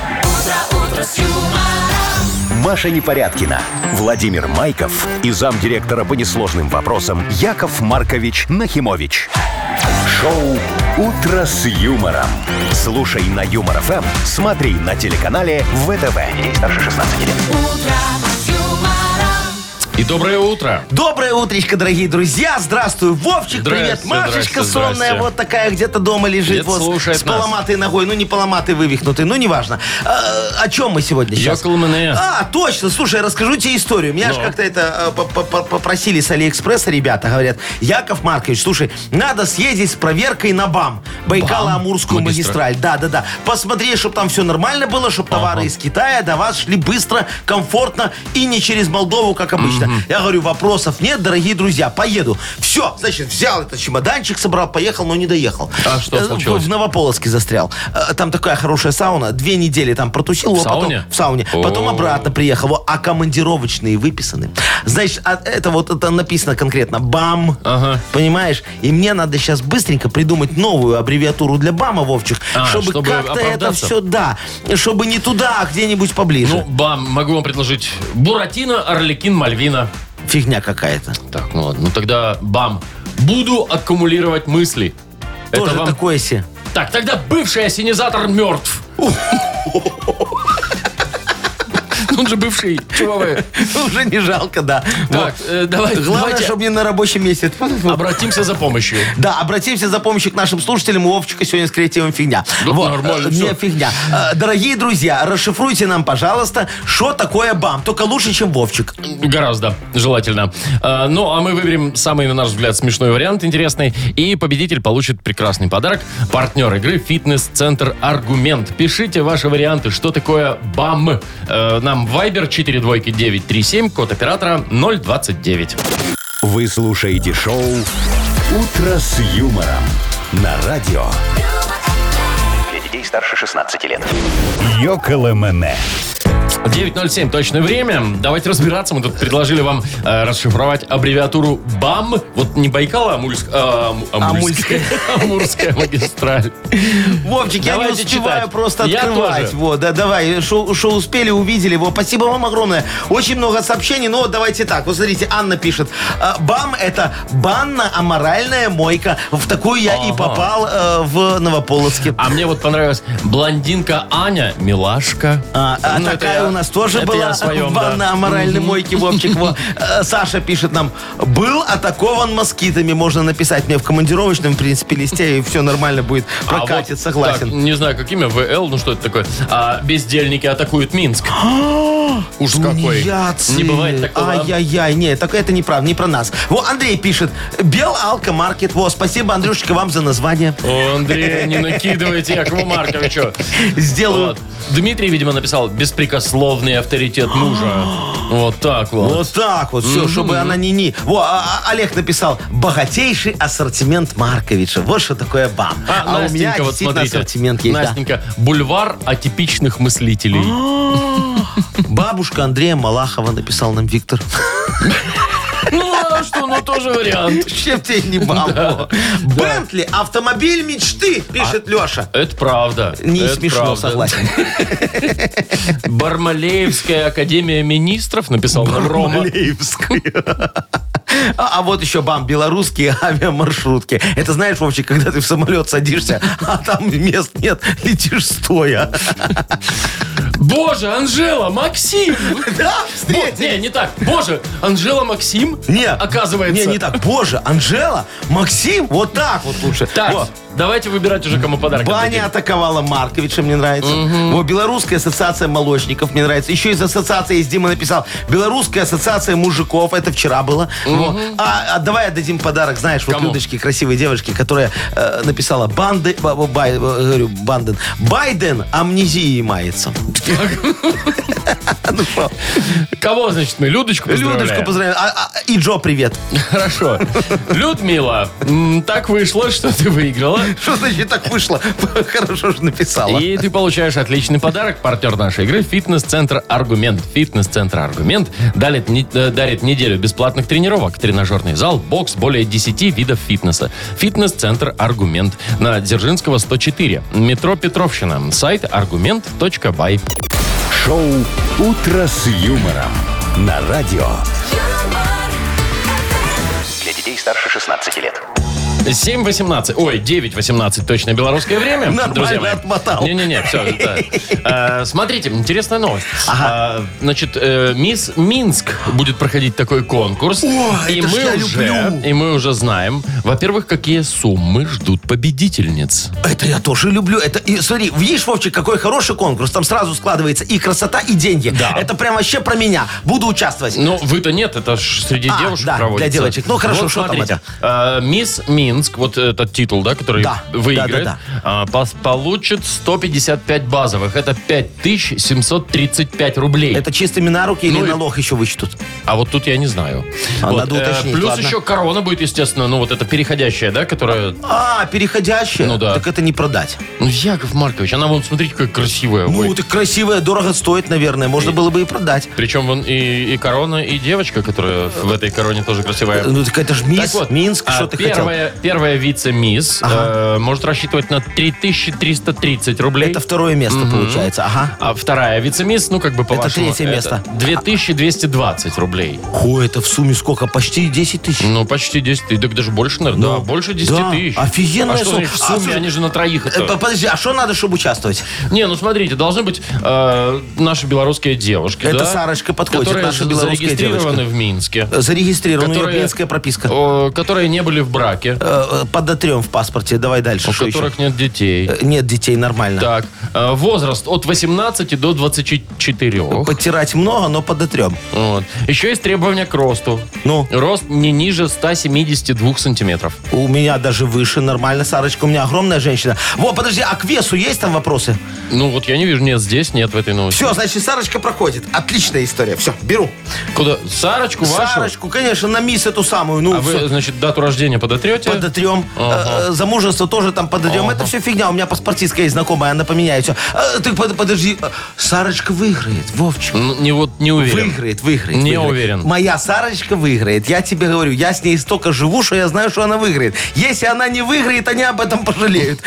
Маша Непорядкина, Владимир Майков и замдиректора по несложным вопросам Яков Маркович Нахимович. Шоу «Утро с юмором». Слушай на Юмор ФМ, смотри на телеканале ВТВ. Ей старше шестнадцати лет. И доброе утро. Доброе утречко, дорогие друзья. Здравствуй, Вовчик, Здрасте, привет. Машечка здрасте, сонная, здрасте. вот такая где-то дома лежит. Дед Вот, слушает с нас. поломатой ногой. Ну, не поломатой, вывихнутой, ну, неважно. А, о чем мы сегодня сейчас? Йокол Мене. А, точно. Слушай, я расскажу тебе историю. Меня Ну. же как-то это э, по- по- по- попросили с Алиэкспресса ребята. Говорят, Яков Маркович, слушай, надо съездить с проверкой на БАМ. Байкало-Амурскую Магистраль. магистраль. Да, да, да. Посмотреть, чтобы там все нормально было, чтобы товары Ага. из Китая до вас шли быстро, комфортно и не через Молдову, как обычно. Я говорю, вопросов нет, дорогие друзья, поеду. Все, значит, взял этот чемоданчик, собрал, поехал, но не доехал. А что Э, случилось? В Новополоцке застрял. Э, Там такая хорошая сауна. Две недели там протусил. В а потом- сауне? в сауне. Потом О. обратно приехал. Во, а командировочные выписаны. Значит, а это вот это написано конкретно БАМ. Ага. Понимаешь? И мне надо сейчас быстренько придумать новую аббревиатуру для БАМа, Вовчик, А, чтобы, чтобы как-то это оправдаться? все, да, чтобы не туда, а где-нибудь поближе. Ну, бам, могу вам предложить Буратино, Арлекин, Мальвина. Фигня какая-то. Так, ну ладно. Ну тогда бам. Буду аккумулировать мысли. Тоже Это вам... такое себе. Так, тогда бывший ассенизатор мертв. Он же бывший. Чего вы? Уже не жалко, да. Так, э, давай, Главное, давайте чтобы не на рабочем месте. обратимся за помощью. Да, обратимся за помощью к нашим слушателям. У Вовчика сегодня с креативом фигня. Да нормально э, всё. Не фигня. Э, Дорогие друзья, расшифруйте нам, пожалуйста, что такое БАМ. Только лучше, чем Вовчик. Гораздо, желательно. А, ну, а мы выберем самый, на наш взгляд, смешной вариант, интересный. И победитель получит прекрасный подарок. Партнер игры «Фитнес-центр Аргумент». Пишите ваши варианты, что такое БАМ. Э, нам в Viber четыре двойки девять три семь, код оператора ноль двадцать девять. Вы слушаете шоу «Утро с юмором» на радио. Для детей старше шестнадцати лет. Йоколэ Мене. девять ноль семь точное время. Давайте разбираться. Мы тут предложили вам э, расшифровать аббревиатуру БАМ. Вот не Байкал, а Амульск- а, Ам- Амурская. Амурская магистраль. Вовчик, я не Давайте успеваю читать. просто Я открывать. тоже. Вот, да, давай, что успели, увидели. Вот, спасибо вам огромное. Очень много сообщений. Ну, вот давайте так. Вот смотрите, Анна пишет. э, БАМ – это банно-аморальная мойка. В такую я и Ага. попал э, в Новополоцке. А мне вот понравилась блондинка Аня, милашка. А, а Ну, это такая я у нас тоже Это я была о своем, ванна да. о моральной мойке, Вовчик. Во. Э, Саша пишет нам, был атакован москитами. Можно написать мне в командировочном, в принципе, листе, и все нормально будет. А вот Прокатит, так, согласен. не знаю, как имя, ВЛ, ну что это такое? А, бездельники атакуют Минск. Уж какой. Тунеядцы. Не бывает такого. Ай-яй-яй, нет, так это неправда, не про нас. Во, Андрей пишет, Белалкомаркет. Во, спасибо, Андрюшечка, вам за название. О, Андрей, не накидывайте Якову Марковичу. Сделаю. Вот. Дмитрий, видимо, написал беспрекословный авторитет мужа. Вот так вот. Вот так вот, все, чтобы она не-не. Во, а- а- Олег написал, богатейший ассортимент Марковича. Вот что такое бам. А, А, у меня Настенька, вот действительно смотрите. ассортимент есть, да. Настенька, бульвар атипичных мыслителей. Бабушка Андрея Малахова, написал нам Виктор. Ну, а что, ну тоже вариант. Чем тебе не бабу? Бентли, автомобиль мечты, пишет Леша. Это правда. Не Это смешно, правда. согласен. Бармалеевская академия министров, написал нам Рома. Малеевскую. А, а вот еще, бам, белорусские авиамаршрутки. Это знаешь, Вовчик, когда ты в самолет садишься, а там мест нет, летишь стоя. Боже, Анжела, Максим! Да, Вот, не, не так. Боже, Анжела, Максим? Не, Оказывается. Не, не так. Боже, Анжела, Максим, вот так вот лучше. Так, Во. давайте выбирать уже, кому подарок. Баня отдадим. атаковала Марковича, мне нравится. Вот, Белорусская ассоциация молочников, мне нравится. Еще из ассоциации, есть Дима написал, Белорусская ассоциация мужиков, это вчера было. Вот. А, а давай отдадим подарок, знаешь, вот Кому? Людочке, красивой девушке, которая э, написала, банды, ба- ба- бай- э, говорю, Банден, Байден амнезией мается. Ну что, Кого, значит, мы? Людочку поздравляем? Людочку поздравляю. А- а- И Джо, привет. Хорошо. Людмила, м, так вышло, что ты выиграла. Что значит так вышло? Хорошо же написала. И ты получаешь отличный подарок. Партнер нашей игры — фитнес-центр «Аргумент». Фитнес-центр «Аргумент» дарит, не- э, дарит неделю бесплатных тренировок. Тренажерный зал, бокс, более десяти видов фитнеса. Фитнес-центр «Аргумент» на Дзержинского, сто четыре. Метро Петровщина. Сайт аргумент точка бай. Шоу «Утро с юмором» на радио. Для детей старше шестнадцати лет. семь восемнадцать. Ой, девять восемнадцать точно белорусское время. Нормально друзья мои. отмотал. Не-не-не, все. Смотрите, интересная новость. А, Значит, э, мисс Минск будет проходить такой конкурс. О, и это ж мы я уже, люблю. И мы уже знаем, во-первых, какие суммы ждут победительниц. Это я тоже люблю. Это, и, смотри, видишь, Вовчик, какой хороший конкурс. Там сразу складывается и красота, и деньги. Да. Это прям вообще про меня. Буду участвовать. Ну, вы-то нет, это ж среди А, девушек да, проводится. для девочек. Ну, хорошо, вот, что там смотрите, э, мисс Минск, вот этот титул, да, который Да, выиграет, да, а, пос- получит сто пятьдесят пять базовых. Это пять тысяч семьсот тридцать пять рублей. Это чистыми на руки Ну или и- налог еще вычтут? А вот тут я не знаю. А, Вот, надо уточнить, плюс ладно. еще корона будет, естественно, ну вот это переходящая, да, которая... А, переходящая? Ну да. Так это не продать. Ну, Яков Маркович, она вон, смотрите, какая красивая. Ну, Ой. так красивая, дорого стоит, наверное. Можно было бы и продать. Причем вон и, и корона, и девочка, которая в этой короне тоже красивая. Ну, так это ж Мисс, Так вот, Минск, а что ты хотел? первая, первая вице-мисс э, может рассчитывать на три тысячи триста тридцать рублей. Это второе место получается, ага. А вторая вице-мисс, ну как бы по Это вашему, третье место. две тысячи двести двадцать рублей. Ой, это в сумме сколько? Почти десять тысяч. Ну, почти десять тысяч. Так даже больше, наверное. Ну, да, больше десяти да, тысяч. офигенная А что сумма. значит в А, сумме? слушай, Они же на троих Э, это... Подожди, а что надо, чтобы участвовать? Не, ну смотрите, должны быть э, наши белорусские девушки. Это да, Сарочка подходит, которые наша белорусская зарегистрированы девочка. в Минске. Зарегистрирована, у нее Которые- клиентская прописка. о, которые не были в браке. Э, Подотрем в паспорте. Давай дальше. У Что которых еще? нет детей. Э, Нет детей, нормально. Так, э, возраст от восемнадцати до двадцати четырёх. Подтирать много, но подотрем. Вот. Еще есть требования к росту. Ну? Рост не ниже ста семидесяти двух сантиметров. У меня даже выше, нормально, Сарочка. У меня огромная женщина. Во, подожди, а к весу есть там вопросы? Ну вот я не вижу, нет здесь, нет в этой новости. Все, значит, Сарочка проходит. Отличная история. Все, беру. Куда? Сарочку вашу? Сарочку, конечно, на мисс эту самую. Ну, А вы, всё. значит, дату рождения подотрете? Подотрем. Ага. Э, Замужество тоже там подотрем. Ага. Это все фигня. У меня паспортистка есть знакомая, она поменяет все. Ты под- подожди. Э, Сарочка выиграет, Вовчик. Ну, не, вот, не уверен. Выиграет, выиграет. Не выиграет. уверен. Моя Сарочка выиграет. Я тебе говорю, я с ней столько живу, что я знаю, что она выиграет. Если она не выиграет, они об этом пожалеют.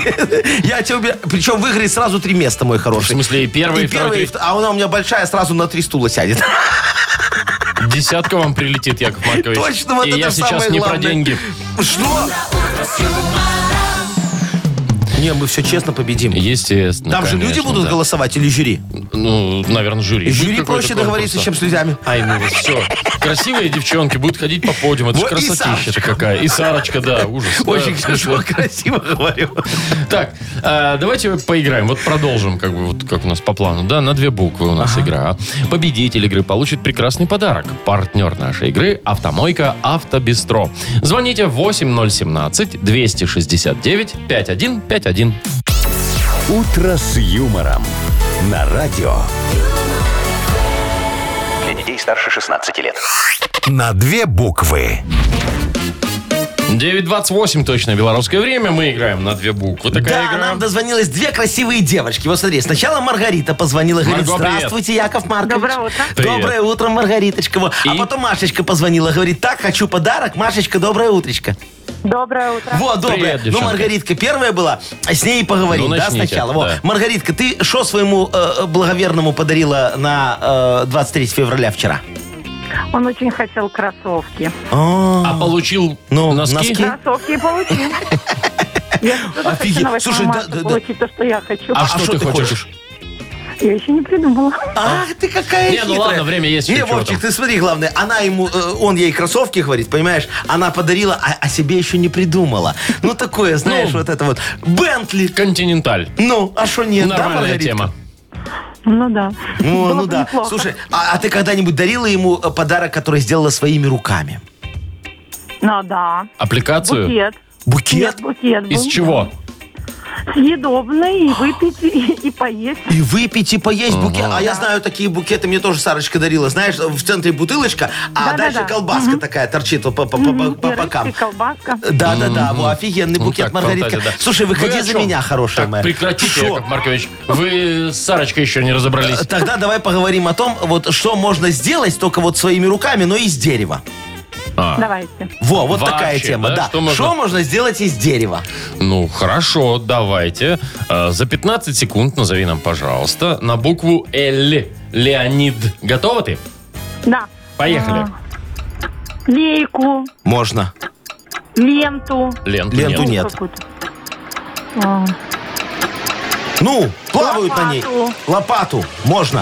Я тебе... Причем выиграет сразу три места, мой В хороший. смысле, и первый, и И второй, первый, и третий. вт- а она у меня большая, сразу на три стула сядет. Десятка вам прилетит, Яков Маркович. Точно, вот И это я ж сейчас самое не про главное. деньги. Что? Не, мы все честно победим. Естественно, Там же люди конечно, будут да. голосовать или жюри? Ну, наверное, жюри. Жюри Будет проще какой-то договориться, конкурс, чем с людьми. Ай, ну вот все. Красивые девчонки будут ходить по подиуму. Это же Вот и красотища-то Сарочка. какая. И Сарочка, да, ужас. Очень Да, хорошо, смешно. красиво говорю. Так, э, давайте поиграем. Вот продолжим, как бы, вот как у нас по плану. Да, на две буквы у нас игра. Победитель игры получит прекрасный подарок. Партнер нашей игры — «Автомойка Автобестро». Звоните восемь ноль семнадцать двести шестьдесят девять пятьдесят один пятьдесят один. «Утро с юмором» на радио. Для детей старше шестнадцати лет. На две буквы. девять двадцать восемь точное белорусское время. Мы играем на две буквы. Такая Да, игра. нам дозвонилось две красивые девочки. Вот смотри, сначала Маргарита позвонила, говорит: Марго, привет. здравствуйте, Яков Маркович. Доброе утро. Привет. Доброе утро, Маргариточка. Вот. И? А потом Машечка позвонила, говорит: так, хочу подарок. Машечка, доброе утречко. Доброе утро. Вот, доброе. Привет, Ну, девчонки. Маргаритка первая была, а с ней и поговорим, Ну, да, начните, сначала. да. Вот. Маргаритка, ты что своему э, благоверному подарила на э, двадцать третьего февраля вчера? Он очень хотел кроссовки. А, А получил Ну, носки? носки? Кроссовки получил. Я тоже Офигеть. хочу на восьмое Слушай, да, марта да, да. получить то, что я хочу. А, что, что ты ты хочешь? хочешь? Я еще не придумала. Ах, ты какая Не, ну хитрая. ладно, время есть Не, еще, чего Вовчик, там. ты смотри, главное, она ему, э, он ей кроссовки говорит, понимаешь, она подарила, а, а себе еще не придумала. Ну, такое, знаешь, Ну. вот это вот. Бентли. Континенталь. Ну, а что нет, да, Нормальная Маргаритка? тема. Ну да. О, Было ну бы да. неплохо. Слушай, а, а ты когда-нибудь дарила ему э, подарок, который сделала своими руками? Ну да. Аппликацию? Букет. Букет? Нет, букет был. Из чего? Съедобный, и выпить, и, и поесть. И выпить, и поесть букет. А я знаю, такие букеты мне тоже Сарочка дарила. Знаешь, в центре бутылочка, а Да-да-да. дальше колбаска такая торчит по, по, по, по- Мгм, по и бокам. рыбки, колбаска. Да-да-да, во, офигенный Ну, букет, так, Маргаритка. фантазия, да. Слушай, выходи Вы о за чем? меня, хорошая Так, моя. прекратите, Шо? Яков Маркович. Вы с Сарочкой еще не разобрались. Тогда давай поговорим о том, вот что можно сделать только вот своими руками, но из дерева. А, Давайте. Во, вот Вообще, такая тема, да? да. Что можно- Что можно сделать из дерева? ну, хорошо, давайте. Э, За пятнадцать секунд назови нам, пожалуйста, на букву Л. Леонид. Готова ты? Да. Поехали. А, лейку, Можно. ленту. Ленту, Ленту нет. нет. Какую-то. А, Ну, плавают на ней. Лопату. Лопату. Можно.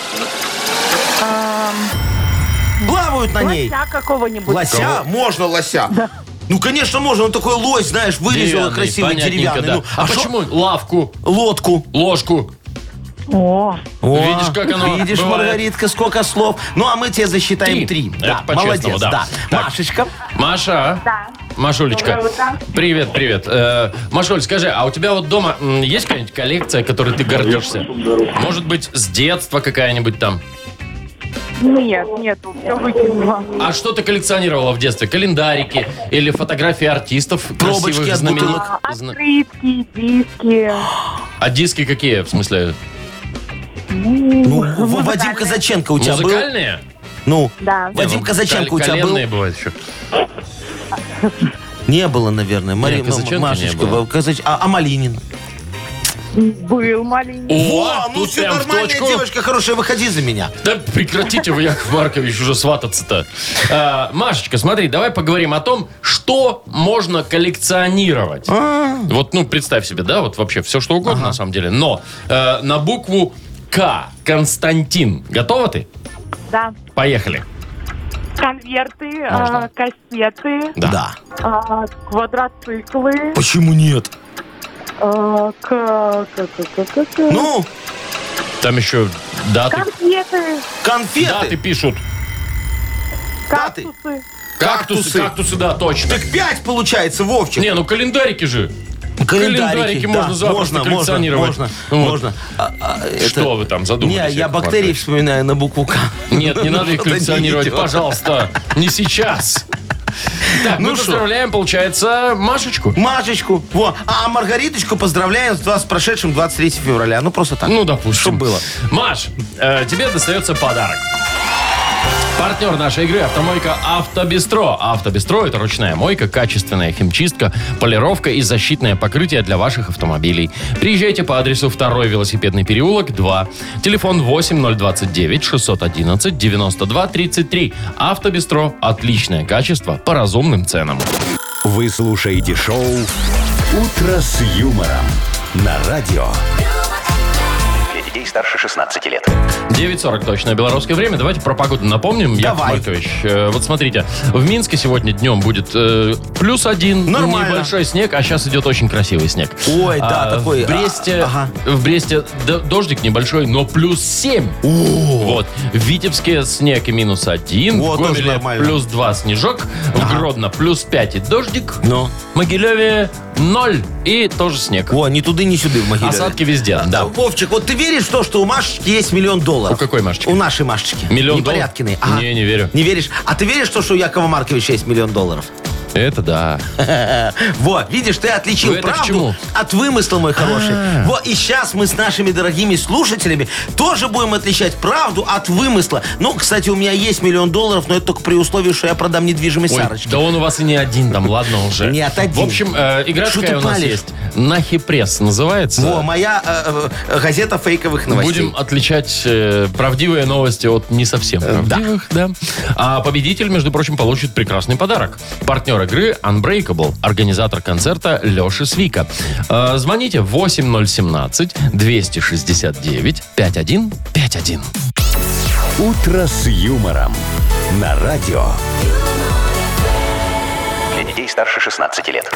а, Плавают на ней. лося какого-нибудь. Лося? Можно лося. Ну, конечно, можно. Он такой лось, знаешь, вырезал Деревянный, красивый, понятненько, деревянный. да. Ну, а шо- почему лавку, Лодку. ложку? О, О, Видишь, как оно Видишь, бывает? Маргаритка, сколько слов. Ну, а мы тебе засчитаем Три. три. Это Да, по-честному, молодец, да. да. Так. Машечка. Маша. да. Машулечка. Доброе утро. Привет, привет. Э, Машуль, скажи, а у тебя вот дома м, есть какая-нибудь коллекция, которой ты гордишься? Может быть, с детства какая-нибудь там? Нет, нету, все выкинула. А что ты коллекционировала в детстве? Календарики или фотографии артистов Пробочки красивых, от знаменитых? бутылок. Зна- Открытки, диски. А диски какие, в смысле? Ну, В- Вадим Казаченко у тебя был? Музыкальные? Ну, Да. Вадим Ну, Казаченко у кол- тебя был? коленные бывают еще. Не было, наверное. Мари... Казаченко не Машечка, было. Казач- а, а Малинин? Был маленький. О, Во, ну тут все прям в нормальная точку. девочка, хорошая, выходи за меня. Да прекратите вы, Яков Маркович, уже свататься-то. А, Машечка, смотри, давай поговорим о том, что можно коллекционировать. А. Вот, ну, представь себе, да, вот вообще все, что угодно, на самом деле. Но э, на букву К. Константин. Готова ты? Да. Поехали. Конверты, Можно. а, кассеты, Да. а, квадроциклы, Почему нет? а, к- к- к- к- к- к- Ну, Там еще даты. конфеты, конфеты. Даты пишут. Даты. кактусы. Кактусы. Кактусы, да, точно. Так пять получается, Вовчик. Не, ну календарики же. Календарики, календарики да, можно запросто можно, коллекционировать. Можно, Вот. можно. А, а, это- Что вы там задумались? Не, я Яков бактерии Маркович? вспоминаю на букву К. Нет, не надо их Что-то не коллекционировать, идет. пожалуйста. Не сейчас. Так, Ну мы шо? поздравляем, получается, Машечку. Машечку. Во. А Маргариточку поздравляем с два- с прошедшим двадцать третьего февраля. Ну, просто так. Ну, допустим. Чтоб было. Маш, э, тебе достается подарок. Партнер нашей игры — «Автомойка Автобестро». Автобестро — это ручная мойка, качественная химчистка, полировка и защитное покрытие для ваших автомобилей. Приезжайте по адресу второй велосипедный переулок, два. Телефон восемь ноль двадцать девять шестьсот одиннадцать девяносто два тридцать три. Автобестро — отличное качество по разумным ценам. Вы слушаете шоу «Утро с юмором» на радио. Для детей старше шестнадцати лет. девять сорок точное белорусское время. Давайте про погоду напомним, Яков Давай. Маркович. Э, Вот смотрите, в Минске сегодня днем будет э, плюс один, Нормально. небольшой снег, а сейчас идет очень красивый снег. Ой, да, А, такой, В Бресте, а, ага. в Бресте д- дождик небольшой, но плюс семь. Вот. В Витебске снег и минус один. О, В тоже Гомеле нормально. плюс два снежок. В Гродно плюс пять и дождик. Ну. В Могилеве ноль и тоже снег. О, ни туды, ни сюды в Могилеве. Осадки везде, да. Вовчик, вот ты веришь в то, что у Машечки есть миллион долларов? У какой Машечки? У нашей Машечки. Миллион Непорядкиной. долларов? Не, не верю. Не веришь? А ты веришь в то, что у Якова Марковича есть миллион долларов? Это да. Вот, видишь, ты отличил Вы это к правду чему? от вымысла, мой хороший. Вот, и сейчас мы с нашими дорогими слушателями тоже будем отличать правду от вымысла. Ну, кстати, у меня есть миллион долларов, но это только при условии, что я продам недвижимость Ой, Сарочке. да он у вас и не один там, ладно уже. Нет, один. В общем, э, игра Шо такая ты у нас палишь? есть. Нахи пресс называется. Во, моя э, э, газета фейковых новостей. Будем отличать э, правдивые новости от не совсем правдивых, да. А победитель, между прочим, получит прекрасный подарок. Партнер игры Unbreakable, организатор концерта Леши Свика. Э, звоните восемь ноль один семь двести шестьдесят девять пятьдесят один пятьдесят один. «Утро с юмором» на радио. Для детей старше шестнадцати лет.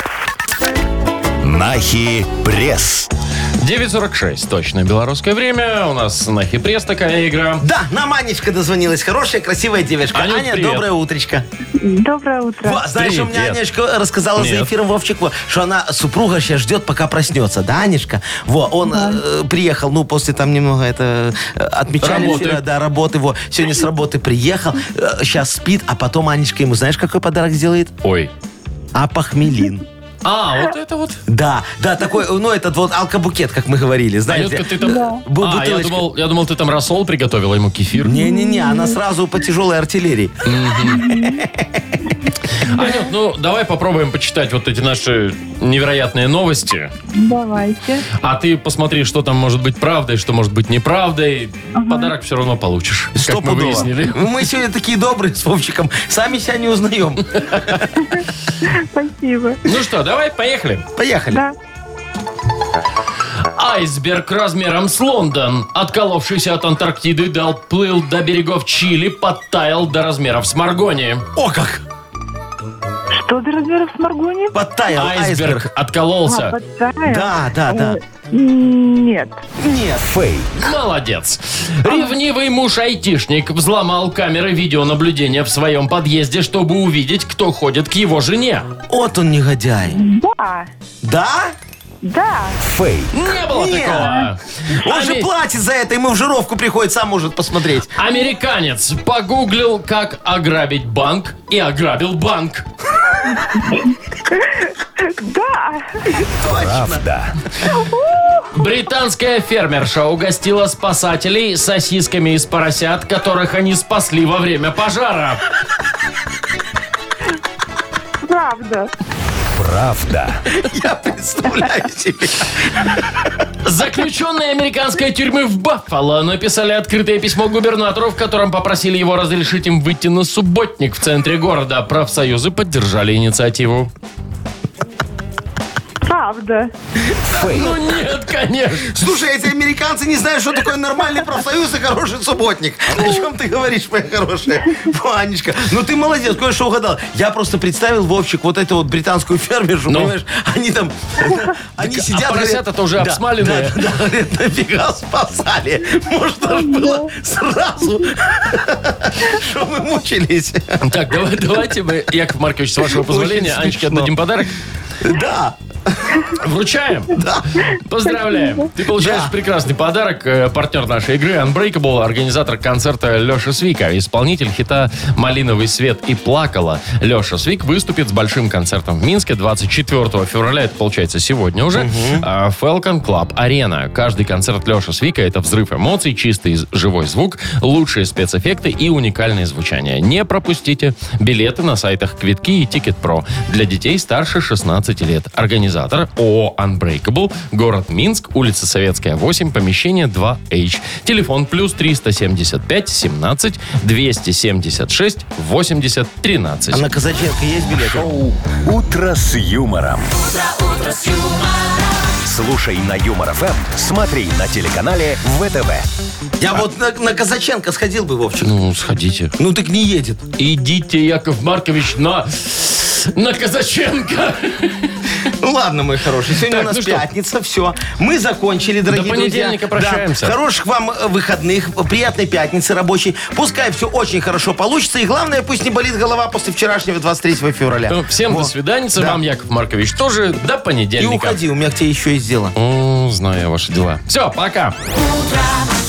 Нахи пресс. девять сорок шесть, точное белорусское время. У нас на хипресс такая игра. Да, нам Анечка дозвонилась. Хорошая, красивая девушка. Анют, Аня, привет. доброе утречко. Доброе утро. Во, знаешь, у меня Привет. Анечка рассказала за Нет. эфиром, Вовчик, во, что она супруга сейчас ждет, пока проснется. Да, Анечка? Во, он э, приехал, ну, после там немного это э, отмечали Работы. эфира, да, работы. Во, сегодня с работы приехал, э, сейчас спит, а потом Анечка ему, знаешь, какой подарок сделает? Ой. Апохмелин. А, вот это вот. Да, да, такой, ну, этот вот алкобукет, как мы говорили, знаете. Анютка, ты там... Бу- А, я бутылочка. думал, я думал, ты там рассол приготовила ему, кефир. Не-не-не, она сразу по тяжелой артиллерии. Анют, ну давай попробуем почитать вот эти наши невероятные новости. Давайте. А ты посмотри, что там может быть правдой, что может быть неправдой. Подарок все равно получишь, как мы Стопудово. выяснили. Мы сегодня такие добрые с Вовчиком, сами себя не узнаем. Спасибо. Ну что, давай, поехали. Поехали. Да. Айсберг размером с Лондон, отколовшийся от Антарктиды, доплыл до берегов Чили, подтаял до размеров с Маргони. О, как! Что до размеров с Маргони? Подтаял Айсберг айсберг. откололся. А, подтаял? Да, да, да. Э, Нет. Нет. Фейк. Молодец. Ревнивый муж-айтишник взломал камеры видеонаблюдения в своем подъезде, чтобы увидеть, кто ходит к его жене. Вот он негодяй. Да. Да? Да. Фейк. Не было Нет. такого. Он же Ами- платит за это, ему в жировку приходит, сам может посмотреть. Американец погуглил, как ограбить банк, и ограбил банк. Да. Правда. Британская фермерша угостила спасателей сосисками из поросят, которых они спасли во время пожара. Правда. Правда. Я представляю себе. Заключенные американской тюрьмы в Баффало написали открытое письмо губернатору, в котором попросили его разрешить им выйти на субботник в центре города. Профсоюзы поддержали инициативу. Правда. Ну нет, конечно. Слушай, эти американцы не знают, что такое нормальный профсоюз и хороший субботник. О чем ты говоришь, моя хорошая? Ванечка, ну ты молодец, кое-что угадал. Я просто представил, Вовчик, вот эту вот британскую фермершу, Ну. понимаешь? Они там, они а сидят... поросята-то говорят, уже да, обсмаленные. Да, да, говорят, нафига спасали? Может, даже было сразу, что мы мучились. Так, давай, давайте мы, Яков Маркович, с вашего позволения, Очень Анечке смешно. отдадим подарок. Да. Вручаем. Да. Поздравляем. Ты получаешь Да. прекрасный подарок. Э, Партнер нашей игры Unbreakable, организатор концерта Леша Свика, исполнитель хита «Малиновый свет» и «Плакала». Леша Свик выступит с большим концертом в Минске двадцать четвёртого февраля. Это получается сегодня уже. А, Falcon Club Арена. Каждый концерт Леша Свика — это взрыв эмоций, чистый живой звук, лучшие спецэффекты и уникальное звучание. Не пропустите. Билеты на сайтах Квитки и Тикет.Про. Для детей старше шестнадцати лет. Организатор директор ООО «Unbreakable», город Минск, улица Советская, восемь, помещение два эйч. Телефон плюс триста семьдесят пять семнадцать двести семьдесят шесть восемьдесят тринадцать. А на Казаченко есть билеты? Шоу «Утро с юмором». Утро, утро с юмором. Слушай на Юмор ФМ, смотри на телеканале ВТВ. Я вот на, на Казаченко сходил бы, Вовчик. Ну, сходите. Ну так не едет. Идите, Яков Маркович, на... на Казаченко. Ну ладно, мой хороший, сегодня Так, у нас ну что? пятница, все. Мы закончили, дорогие До понедельника друзья. прощаемся. Да. Хороших вам э, выходных, приятной пятницы рабочей. Пускай все очень хорошо получится. И главное, пусть не болит голова после вчерашнего двадцать третьего февраля. Ну, всем Во. до свидания. Да. Вам, Яков Маркович, тоже до И понедельника. уходи, у меня к тебе еще есть дело. О, знаю я ваши дела. Все, пока. Утро